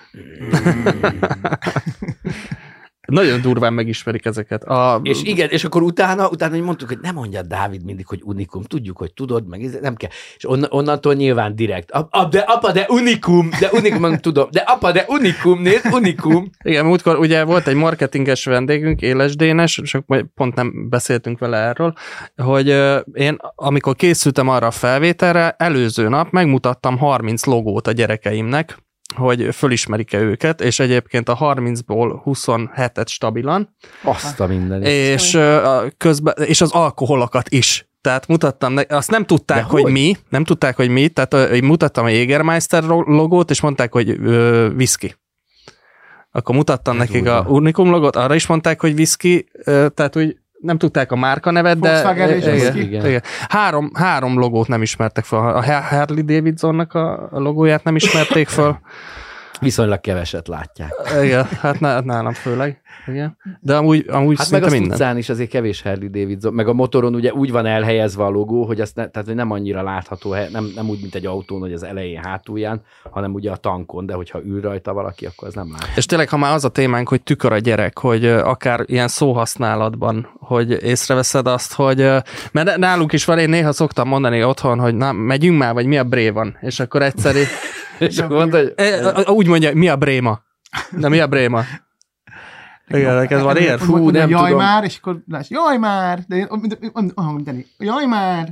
Nagyon durván megismerik ezeket. És igen, és akkor utána hogy mondtuk, hogy nem mondjad, Dávid, mindig, hogy unikum, tudjuk, hogy tudod, meg nem kell. És onnantól nyilván direkt. Apa, de unikum, nem tudom, de apa, de unikum, nézd, unikum. Igen, múltkor ugye volt egy marketinges vendégünk, Éles Dénes, és pont nem beszéltünk vele erről, hogy én, amikor készültem arra a felvételre, előző nap megmutattam 30 logót a gyerekeimnek, hogy fölismerik-e őket, és egyébként a 30-ból 27-et stabilan. Azt a mindenit. És az alkoholokat is. Tehát mutattam, azt nem tudták, hogy mi, tehát én mutattam a Jägermeister logót, és mondták, hogy whisky. Akkor mutattam nekik a Unikum logót, arra is mondták, hogy whisky, tehát úgy nem tudták a márkanevet, de igen. Három logót nem ismertek fel. A Harley Davidsonnak a logóját nem ismerték fel. Viszonylag keveset látják. Igen, hát nálam főleg. Igen. De amúgy hát meg az utcán is azért kevés Harley Davidson, meg a motoron ugye úgy van elhelyezve a logó, hogy azt tehát hogy nem annyira látható, nem úgy, mint egy autón, hogy az elején, hátulján, hanem ugye a tankon, de hogyha ül rajta valaki, akkor az nem lát. És tényleg, ha már az a témánk, hogy tükör a gyerek, hogy akár ilyen szóhasználatban, hogy észreveszed azt, hogy mert nálunk is van, én néha szoktam mondani otthon, hogy na, megyünk már, vagy mi a bré van, és akkor egyszerű és akkor mondta, hogy úgy mondja, mi a bréma? De mi a bréma? Igen, neked van ilyen? Nem jaj tudom. Már, és akkor jaj már, de jaj már.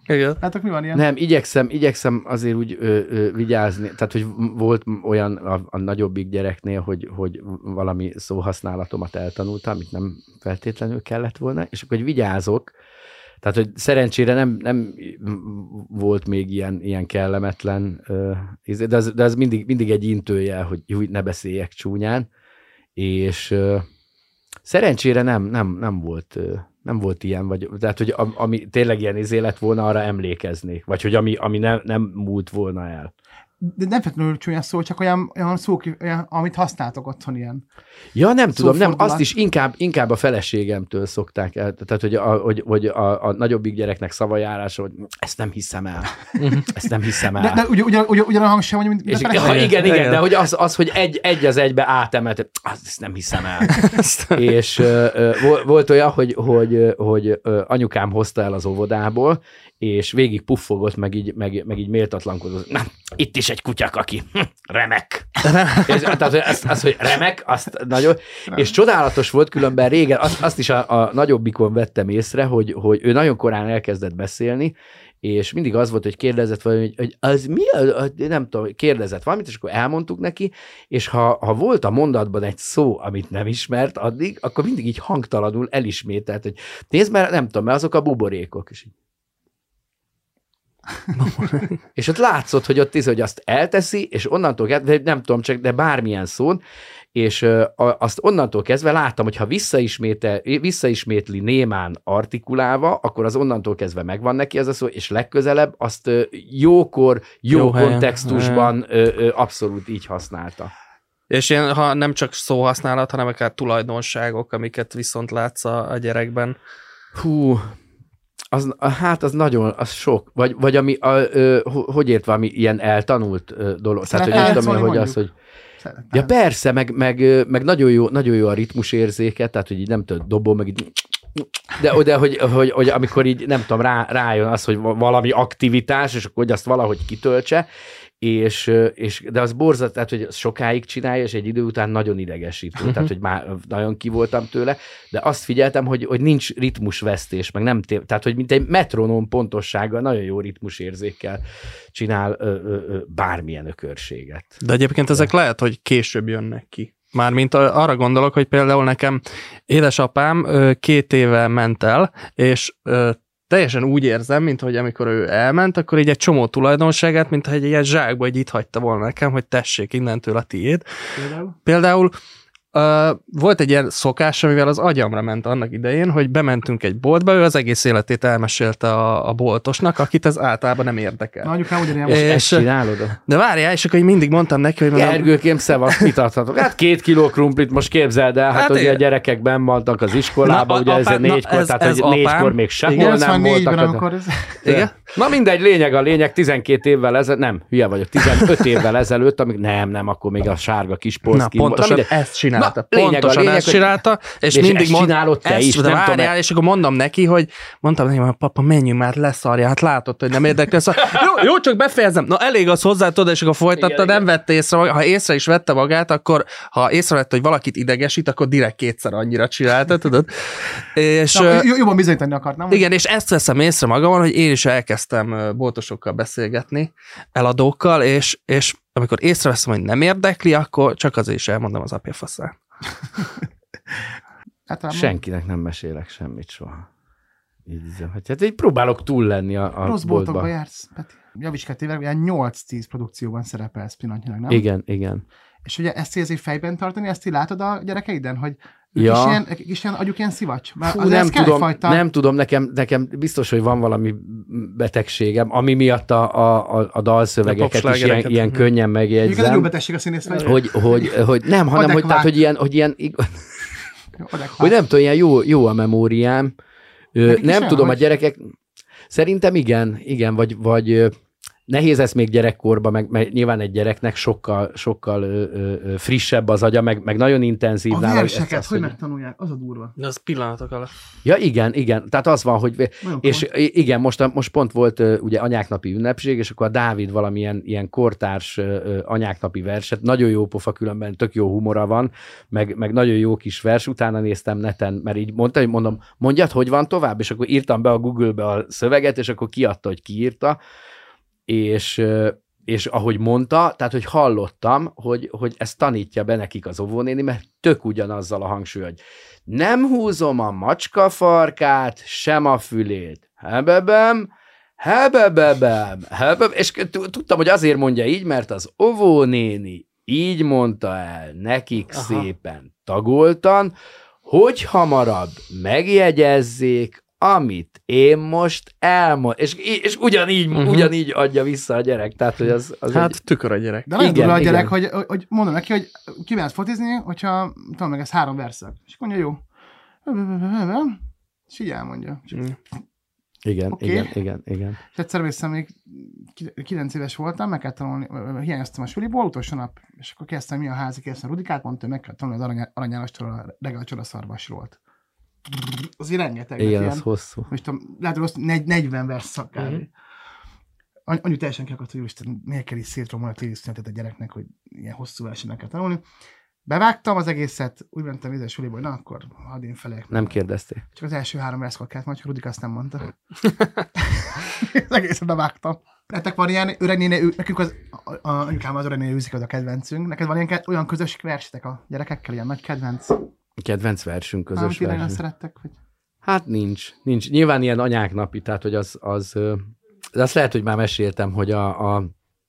Igen. Látok, mi van ilyen? Nem, igyekszem azért úgy vigyázni, tehát, hogy volt olyan a nagyobbik gyereknél, hogy valami szóhasználatomat eltanultam, amit nem feltétlenül kellett volna, és akkor hogy vigyázok, tehát, hogy szerencsére nem volt még ilyen kellemetlen, de az mindig egy intőjel, hogy ne beszéljek csúnyán, és szerencsére nem volt ilyen, vagy, tehát, hogy ami tényleg ilyen lett volna, arra emlékeznék, vagy hogy ami nem múlt volna el. De nem feltétlenül csúnya szó, csak olyan szó, amit használtok otthon ilyen. Ja, nem tudom, nem, azt is inkább a feleségemtől szokták el. Tehát, hogy a nagyobbik gyereknek szavajárása, hogy ezt nem hiszem el. Ezt nem hiszem el. De ugyan a hangsem, hogy mint igen, de hogy az, hogy egy az egybe átemelt, ezt nem hiszem el. És volt olyan, hogy anyukám hozta el az óvodából, és végig puffogott, meg így méltatlankodott. Na, itt is egy kutyakaki. Remek. Tehát az, hogy remek, azt nagyon... És csodálatos volt különben régen, azt is a nagyobbikon vettem észre, hogy ő nagyon korán elkezdett beszélni, és mindig az volt, hogy kérdezett valami, hogy az mi? Nem tudom, kérdezett valamit, és akkor elmondtuk neki, és ha volt a mondatban egy szó, amit nem ismert addig, akkor mindig így hangtalanul elismételt, hogy nézd, mert nem tudom, mert azok a buborékok. És így. És ott látszott, hogy hogy azt elteszi, és onnantól kezdve, nem tudom, csak de bármilyen szón, és azt onnantól kezdve láttam, hogy ha visszaismétli némán artikulálva, akkor az onnantól kezdve megvan neki ez a szó, és legközelebb azt jó kontextusban abszolút így használta. És ilyen, ha nem csak szóhasználat, hanem akár tulajdonságok, amiket viszont látsz a gyerekben. Hú, az nagyon, az sok. Vagy ami, hogy ért valami ilyen eltanult dolog. Tehát, hogy nem tudom, hogy az, hogy ja persze, meg nagyon jó a ritmusérzéke, tehát, hogy így nem tudom, dobol, meg így de hogy amikor így nem tudom, rájön az, hogy valami aktivitás, és akkor hogy azt valahogy kitöltse, de az borzat, tehát, hogy sokáig csinálja, és egy idő után nagyon idegesítő, tehát, hogy már nagyon ki voltam tőle, de azt figyeltem, hogy nincs ritmusvesztés, meg nem tehát, hogy mint egy metronóm pontossággal, nagyon jó ritmusérzékkel csinál bármilyen ökörséget. De egyébként ezek lehet, hogy később jönnek ki. Mármint arra gondolok, hogy például nekem édesapám 2 éve ment el, és teljesen úgy érzem, mint hogy amikor ő elment, akkor így egy csomó tulajdonságát, mintha egy ilyen zsákba így itt hagyta volna nekem, hogy tessék innentől a tiéd. Például volt egy ilyen szokás, amivel az agyamra ment annak idején, hogy bementünk egy boltba, ő az egész életét elmesélte a boltosnak, akit ez általában nem érdekel. Na, anyukám ugyanilyen most ezt csinálod? De várjál, és akkor mindig mondtam neki, hogy... Gergőkém, szevasz, mit adhatok? Hát 2 kiló krumplit most képzeld el, hát ugye a gyerekek benn vannak az iskolában, ugye ez 4-kor, tehát ez 4-kor még sehol nem voltak. Igen? Na mindegy, lényeg 12 évvel ezelőtt, nem, hülye vagyok, 15 évvel ezelőtt, amíg nem, akkor még a sárga kis polszki. Na, pontosan ezt csinálta. Pontosan ezt csinálta, és mindig csinálod te is, de várjál, és akkor mondom neki, hogy papa, menjünk már, leszarja, hát látod, hogy nem érdekel. Jó, csak befejezem. Na, elég az hozzá, tudod, és akkor folytatta, nem vette észre, ha észre is vette magát, akkor ha észrevette, hogy valakit idegesít, akkor direkt 2-szer annyira csinálta, tudod? És, jobban bizonyítani akart, nem? Igen, és ezt veszem észre magamon, hogy én is elkezdtem boltosokkal beszélgetni, eladókkal, és amikor észreveszem, hogy nem érdekli, akkor csak azért is elmondom az apja faszát. Senkinek nem mesélek semmit soha. Hát így próbálok túl lenni a rossz boltokba jársz, Peti. Javíts kettével, ilyen 8-10 produkcióban szerepelsz pillanatnyilag, nem? Igen. És ugye ezt azért fejben tartani, ezt így látod a gyerekeiden, hogy is ilyen agyuk ilyen szivacs? Fú, nem tudom, nekem biztos, hogy van valami betegségem, ami miatt a dalszövegeket is ilyen könnyen megjegyzem. Ez jó betegség a színész vagy? Hogy nem, hanem hogy, tehát, hogy ilyen hogy nem tudom, ilyen jó a memóriám. Nem tudom, a gyerekek, szerintem igen, vagy nehéz ezt még gyerekkorban, meg nyilván egy gyereknek sokkal frissebb az agya, meg nagyon intenzív. A verseket, hogy megtanulják, az a durva. De az pillanatok alatt. Ja, igen. Tehát az van, hogy... És igen, most pont volt ugye anyáknapi ünnepség, és akkor a Dávid valamilyen ilyen kortárs anyáknapi verset, nagyon jó pofa, különben tök jó humora van, meg nagyon jó kis vers, utána néztem neten, mert így mondta, hogy mondom, mondjad, hogy van tovább, és akkor írtam be a Google-be a szöveget, és akkor kiadta, hogy kiírta, és ahogy mondta, tehát, hogy hallottam, hogy ezt tanítja be nekik az óvónéni, mert tök ugyanazzal a hangsúly, hogy nem húzom a macska farkát, sem a fülét. Hebebem, és tudtam, hogy azért mondja így, mert az óvónéni így mondta el nekik szépen tagoltan, hogy hamarabb megjegyezzék, amit én most elmondom. És ugyanígy adja vissza a gyerek. Tehát, hogy az hát tükör a gyerek. De nagyon durva a gyerek, hogy mondom neki, hogy kimehetsz fotizni, hogyha tudom meg, ez 3 verszak. És mondja, jó. És így elmondja. Igen. És egyszer vissza még 9 éves voltam, meg kell tanulni, hiányoztam a suliból, utolsó nap, és akkor kezdtem, mi a házi, kezdtem Rudikát, mondta, meg kell tanulni az aranyálastól a reggel szarvasról. Azért rengeteg. Igen, ilyen, az hosszú. Most lehet, hogy 40 verszak kb. Anyu teljesen kiakadt, hogy Isten, miért kell így szétromolni a tévészünetet a gyereknek, hogy ilyen hosszú versenynek kell tanulni. Bevágtam az egészet, úgy mentem ide a suliba, hogy na akkor hadd én felek. Nem kérdezték. Csak az első 3 verszakot kellett, majd csak Rudik azt nem mondta. Az egészet bevágtam. Nektek van ilyen öreg néne, nekünk az anyukám az öreg néne őzik, az a kedvencünk. Neked van ilyen olyan közös versetek a gyerekekkel, ilyen nagy kedvenc? Kedvenc versünk, közös versünk. versünk. Szerettek, vagy? Hát nincs. Nyilván ilyen anyák napi, tehát hogy de azt lehet, hogy már meséltem, hogy a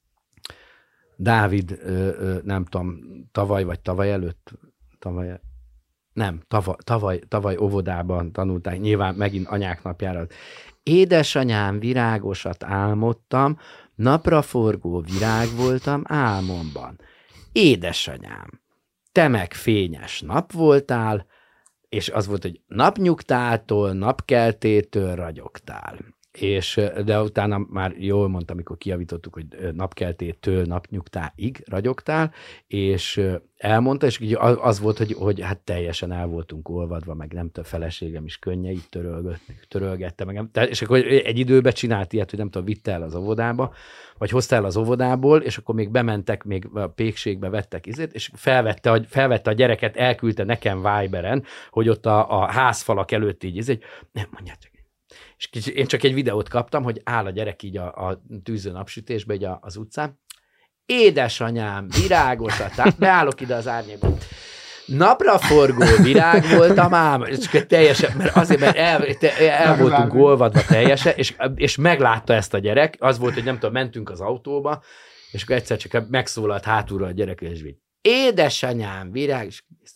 Dávid, nem tudom, tavaly vagy tavaly előtt, tavaly óvodában tanulták, nyilván megint anyák napjára. Édesanyám, virágosat álmodtam, napraforgó virág voltam álmomban. Édesanyám, te meg fényes nap voltál, és az volt, hogy napnyugtától, napkeltétől ragyogtál. De utána már jól mondtam, amikor kijavítottuk, hogy napkeltétől napnyugtáig ragyogtál, és elmondta, és az volt, hogy hát teljesen el voltunk olvadva, meg nem tudom, feleségem is könnyeit törölgette, meg és akkor egy időben csinált ilyet, hogy nem tudom, vitte el az óvodába, vagy hozta el az óvodából, és akkor még bementek, még a pékségbe vettek izét, és felvette a gyereket, elküldte nekem Viberen, hogy ott a házfalak előtt így izé, nem mondjátok. És én csak egy videót kaptam, hogy áll a gyerek így a tűző napsütésbe, így az utcán. Édesanyám, virágosat, beállok ide az árnyékba. Napraforgó virág voltam ám, és teljesen, mert azért, mert el voltunk olvadva teljesen, és meglátta ezt a gyerek, az volt, hogy nem tudom, mentünk az autóba, és akkor egyszer csak megszólalt hátulról a gyerek, és így, édesanyám, virág,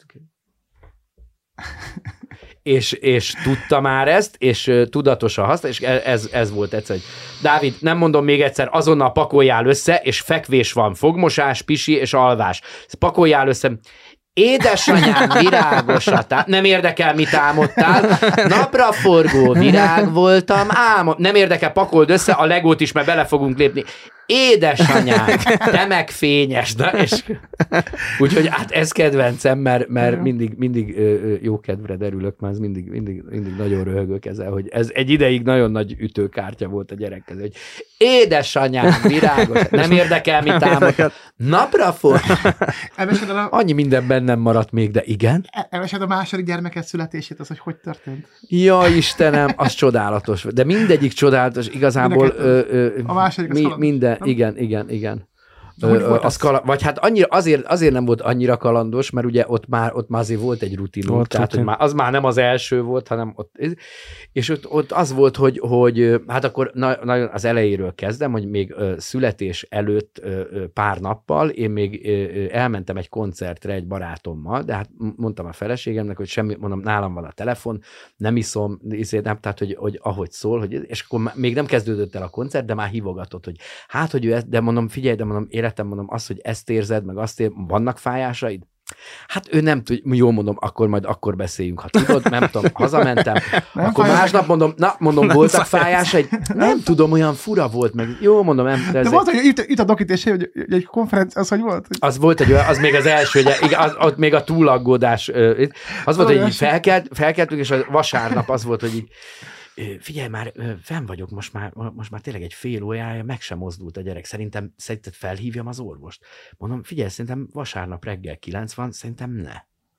és tudta már ezt, és tudatosan használ, és ez volt egyszer, hogy Dávid, nem mondom még egyszer, azonnal pakoljál össze, és fekvés van, fogmosás, pisi és alvás. Pakoljál össze, édesanyám, virágosat, nem érdekel, mit álmodtál, napraforgó virág voltam, nem érdekel, pakold össze, a legót is, mert bele fogunk lépni. Édesanyám, te meg fényes. És úgyhogy hát ez kedvencem, mert mindig jó kedvre derülök, mert mindig nagyon röhögök ezzel, hogy ez egy ideig nagyon nagy ütőkártya volt a gyerekhez, hogy édesanyám, virágos, nem érdekel, mit álmod. Napraforgó. Annyi minden bennem maradt még, de igen. Elmesed a második gyermeket születését, az, hogy történt? Ja, Istenem, az csodálatos. De mindegyik csodálatos, igazából a második minden, igen. Vagy hát azért nem volt annyira kalandos, mert ugye ott már azért volt egy rutinunk, tehát hogy az már nem az első volt, hanem ott, és ott az volt, hogy hát akkor nagyon az elejéről kezdem, hogy még születés előtt pár nappal én még elmentem egy koncertre egy barátommal, de hát mondtam a feleségemnek, hogy semmi, mondom, nálam van a telefon, nem iszom, tehát hogy ahogy szól, és akkor még nem kezdődött el a koncert, de már hívogatott, hogy hát, hogy ő ezt, de mondom, figyelj, de mondom, életem, mondom, az, hogy ezt érzed, meg azt vannak fájásaid? Hát ő nem tud, jól mondom, akkor beszéljünk, ha tudod, nem tudom, hazamentem, nem akkor másnap mondom, voltak fájásai, nem tudom, olyan fura volt, meg jó, mondom, nem. De volt, hogy itt a dokítés, hogy egy konferencia, az hogy volt? Az volt az még az első, ott még a túlaggódás, az volt, hogy így felkeltünk, és a vasárnap az volt, hogy így, figyelj már, fenn vagyok, most már tényleg egy fél órája, meg sem mozdult a gyerek. Szerinted felhívjam az orvost? Mondom, figyelj, szerintem vasárnap reggel 9 van, szerintem ne.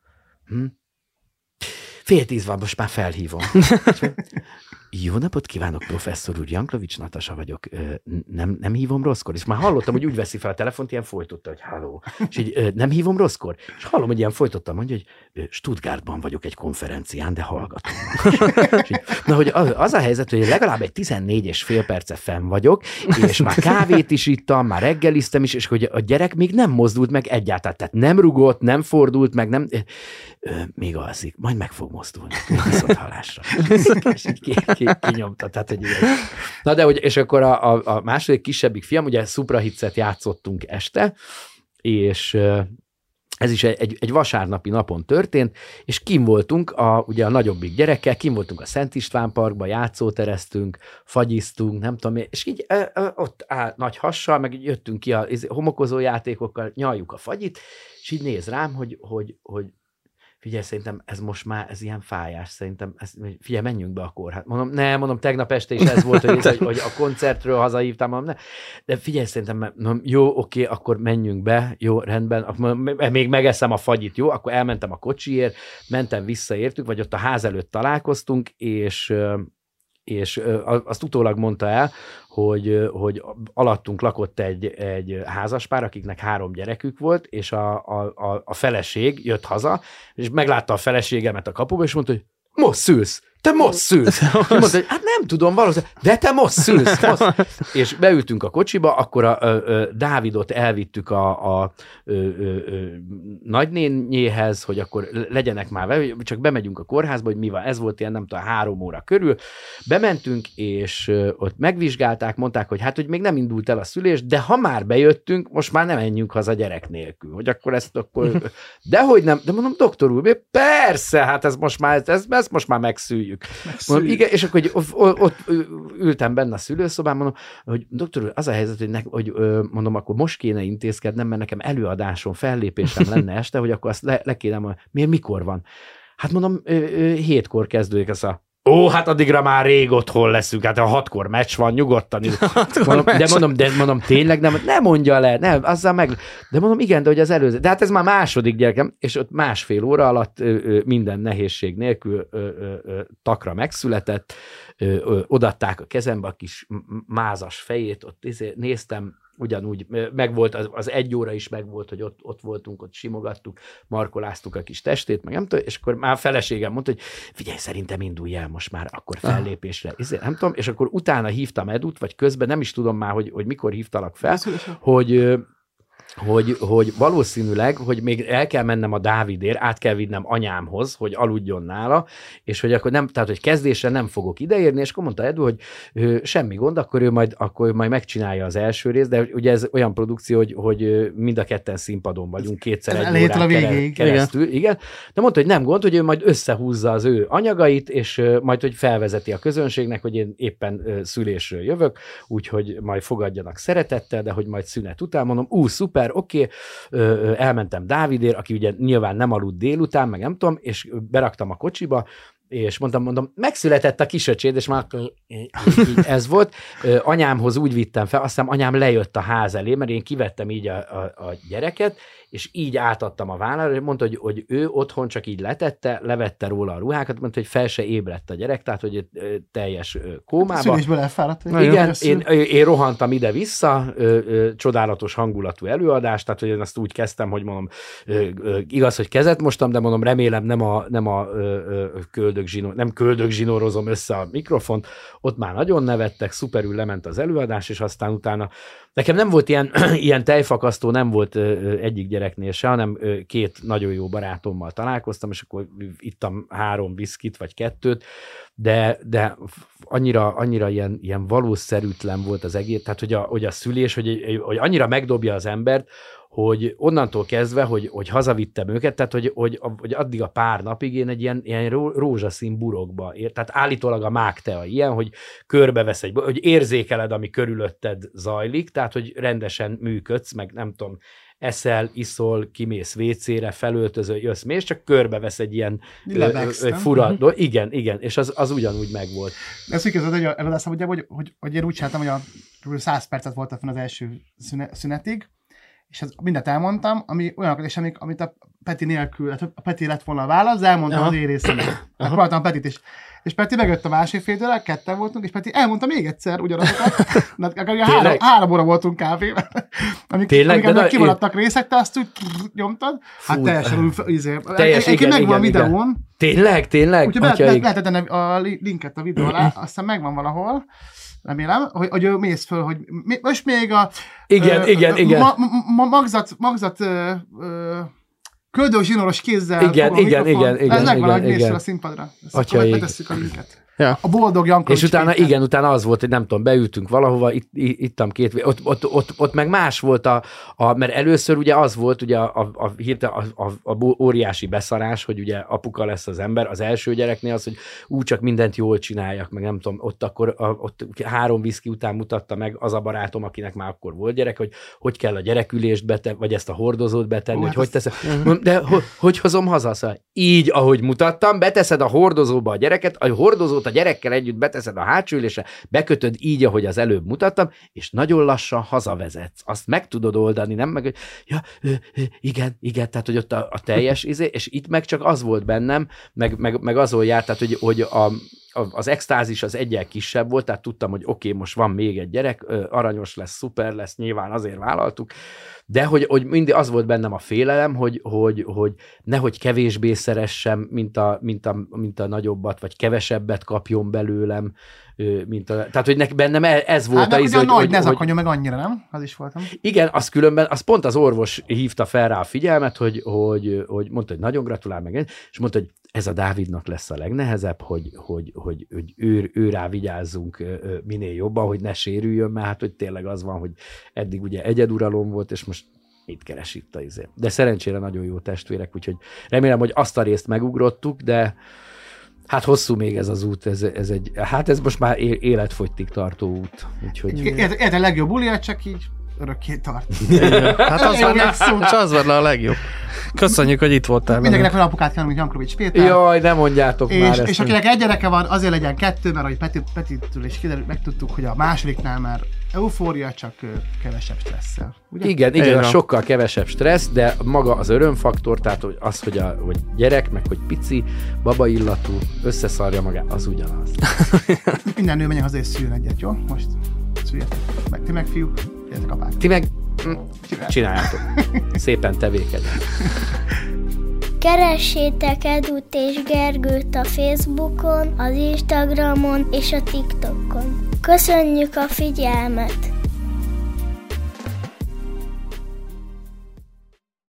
9:30 van, most már felhívom. Jó napot kívánok, professzor úr, Janklovics Natasa vagyok. Nem hívom rosszkor? És már hallottam, hogy úgy veszi fel a telefont, ilyen folytotta, hogy halló. És így nem hívom rosszkor? És hallom, hogy ilyen folytottam, mondja, hogy Stuttgartban vagyok egy konferencián, de hallgatom. Így, na, hogy az a helyzet, hogy legalább egy 14,5 perce fenn vagyok, és már kávét is ittam, már reggeliztem is, és hogy a gyerek még nem mozdult meg egyáltalán. Tehát nem rugott, nem fordult meg, nem... Még alszik, majd meg fog mozdulni. Viszont hallásra. És így kinyomta. Tehát, hogy na de, és akkor a második kisebbik fiam, ugye Suprahitzet játszottunk este, és ez is egy vasárnapi napon történt, és kim voltunk, ugye a nagyobbik gyerekkel, kim voltunk a Szent István Parkba, játszótereztünk, fagyiztunk, nem tudom, és így ott áll nagy hassal, meg így jöttünk ki a homokozó játékokkal, nyaljuk a fagyit, és így néz rám, hogy figyelj, szerintem ez most már, ez ilyen fájás, szerintem, figyelj, menjünk be a kórházba. Mondom, tegnap este is ez volt, hogy a koncertről hazahívtam, mondom, ne. De figyelj, szerintem, jó, oké, akkor menjünk be, jó, rendben, még megeszem a fagyit, jó, akkor elmentem a kocsiért, mentem visszaértük, vagy ott a ház előtt találkoztunk, és azt utólag mondta el, hogy alattunk lakott egy házaspár, akiknek 3 gyerekük volt, és a feleség jött haza, és meglátta a feleségemet a kapuba, és mondta, hogy most szülsz! Te most szülsz! Mondta, hogy hát nem tudom, valószínűleg, de te most szülsz! Most. És beültünk a kocsiba, akkor a Dávidot elvittük a nagynénjéhez, hogy akkor legyenek már vele, csak bemegyünk a kórházba, hogy mi van. Ez volt ilyen, nem tudom, 3 óra körül. Bementünk, és ott megvizsgálták, mondták, hogy hát, hogy még nem indult el a szülés, de ha már bejöttünk, most már nem menjünk haza gyerek nélkül. Hogy akkor dehogy nem, de mondom, doktor úr, persze, hát ez most már megszüljük. Mondom, igen, és akkor ott ültem benne a szülőszobán, mondom, hogy doktor úr, az a helyzet, hogy mondom, akkor most kéne intézkednem, mert nekem előadásom, fellépésem lenne este, hogy akkor azt le kéne, miért, mikor van? Hát mondom, 7-kor kezdődik ez hát addigra már rég otthon leszünk, hát a 6-kor meccs van, nyugodtan. Mondom, tényleg nem mondja le, nem, azzal meg. De mondom, igen, de hogy az előző. De hát ez már második gyerekem, és ott 1,5 óra alatt minden nehézség nélkül takra megszületett, odatták a kezembe a kis mázas fejét, ott néztem, ugyanúgy megvolt, az 1 óra is megvolt, hogy ott voltunk, ott simogattuk, markoláztuk a kis testét, meg nem tudom, és akkor már a feleségem mondta, hogy figyelj, szerintem indulj el most már akkor fellépésre. Nem tudom, és akkor utána hívtam Edut, vagy közben, nem is tudom már, hogy mikor hívtalak fel, hogy valószínűleg, hogy még el kell mennem a Dávidért, át kell vinnem anyámhoz, hogy aludjon nála, és hogy akkor nem, tehát hogy kezdésre nem fogok ideérni, és akkor mondta Edu, hogy semmi gond, akkor ő majd megcsinálja az első részt, de ugye ez olyan produkció, hogy mind a ketten színpadon vagyunk, kétszer egy órán keresztül, igen. De mondta, hogy nem gond, hogy ő majd összehúzza az ő anyagait, és majd, hogy felvezeti a közönségnek, hogy én éppen szülésről jövök, úgyhogy majd fogadjanak szeretettel, de hogy majd szünet után, mondom, szuper, oké, elmentem Dávidért, aki ugye nyilván nem aludt délután, meg nem tudom, és beraktam a kocsiba, és mondom, megszületett a kisöcséd, és már így ez volt. Anyámhoz úgy vittem fel, aztán anyám lejött a ház elé, mert én kivettem így a gyereket, és így átadtam a vállára, és mondta, hogy ő otthon csak így letette, levette róla a ruhákat, mondta, hogy fel se ébredt a gyerek, tehát, hogy teljes kómába. Szülésből elfáradt. Igen, én rohantam ide-vissza, csodálatos hangulatú előadás, tehát, hogy én azt úgy kezdtem, hogy mondom, igaz, hogy kezet mostam, de mondom, remélem nem a köldögzsinórozom össze a mikrofont, ott már nagyon nevettek, szuperül lement az előadás, és aztán utána nekem nem volt ilyen tejfakasztó, nem volt egyik gyereknél se, hanem 2 nagyon jó barátommal találkoztam, és akkor ittam 3 viszkit, vagy 2, de annyira ilyen valószerűtlen volt az egész, tehát hogy a szülés, hogy annyira megdobja az embert, hogy onnantól kezdve, hogy hazavittem őket, tehát hogy addig a pár napig én egy ilyen rózsaszín burokba, tehát állítólag a mágtea ilyen, hogy körbevesz hogy érzékeled, ami körülötted zajlik, tehát hogy rendesen működsz, meg nem tudom, eszel, iszol, kimész WC-re, felöltözöl, jössz, mész, csak körbevesz egy ilyen fura. Igen, és az ugyanúgy megvolt. Ez úgy kezdődött, hogy előadászom, hogy én úgy csináltam, hogy 100 percet voltam fenn az első szünetig, és mindent elmondtam, ami olyanokat is, amit a Peti nélkül, a Peti lett volna a válasz, elmondtam az én részemet. Próbáltam a Petit is. És Peti megjött a másik fél időre, ketten voltunk, és Peti elmondta még egyszer ugyanazokat. Három óra voltunk kávével. Amiket kimaradtak részek, te azt úgy nyomtad. Hát teljesen igen, megvan a videón. Tényleg? Úgyhogy lehet tenni a linket a videó alá, aztán megvan valahol. Remélem, hogy mész föl, hogy most még a igen. magzat köldőzsinoros kézzel igen. Ez megvan, hogy mész fel a színpadra. Betesszük a linket. Ja. A boldog Jankovics. És utána az volt, hogy nem tudom, beültünk valahova, ittam ott meg más volt mert először ugye az volt ugye a óriási beszarás, hogy ugye apuka lesz az ember, az első gyereknél az, hogy csak mindent jól csináljak, meg nem tudom, ott 3 viszki után mutatta meg az a barátom, akinek már akkor volt gyerek, hogy kell a gyerekülést vagy ezt a hordozót betenni, hogy teszed. De hogy hozom haza? Szóval így, ahogy mutattam, beteszed a hordozóba a gyereket, a hordozót a gyerekkel együtt beteszed a hátsó ülésre, bekötöd így, ahogy az előbb mutattam, és nagyon lassan hazavezetsz. Azt meg tudod oldani, nem? Meg, igen, tehát, hogy ott a teljes és itt meg csak az volt bennem, meg azon járt, tehát, hogy az extázis az egyel kisebb volt, tehát tudtam, hogy oké, most van még egy gyerek, aranyos lesz, szuper lesz, nyilván azért vállaltuk, de hogy mindig az volt bennem a félelem, hogy nehogy kevésbé szeressem, mint a nagyobbat, vagy kevesebbet kapjon belőlem, tehát, hogy bennem ez volt hát, az, hogy ne zakonyom meg annyira, nem? Az is voltam. Igen, az különben, az pont az orvos hívta fel rá a figyelmet, hogy mondta, hogy nagyon gratulál meg, és mondta, hogy ez a Dávidnak lesz a legnehezebb, hogy ő rá vigyázzunk minél jobban, hogy ne sérüljön, mert hát, hogy tényleg az van, hogy eddig ugye egyeduralom volt, és most itt keres itt a izé. De szerencsére nagyon jó testvérek, úgyhogy remélem, hogy azt a részt megugrottuk, de hát hosszú még ez az út, ez most már életfogytig tartó út. Úgyhogy... Érted, a legjobb bulia, csak így örökké tart. Hát az van a legjobb. Köszönjük, hogy itt voltál. Mindenkinek olyan apukát kell, mint Jankovics Péter. Jaj, ne mondjátok már ezt. És akinek egy gyereke van, azért legyen 2, mert ahogy Petitől is megtudtuk, hogy a másodiknál már eufória, csak kevesebb stresszel. Ugye? Igen, a sokkal kevesebb stressz, de maga az örömfaktor, tehát az, hogy gyerek, meg hogy pici, babaillatú, összeszarja magát, az ugyanaz. Minden nő menjen haza és szüljön egyet, jó? Most szüljetek. Ti meg fiúk, jöjjetek apák. Ti meg csináljátok. Szépen tevékenyek. Keressétek Edut és Gergőt a Facebookon, az Instagramon és a TikTokon. Köszönjük a figyelmet!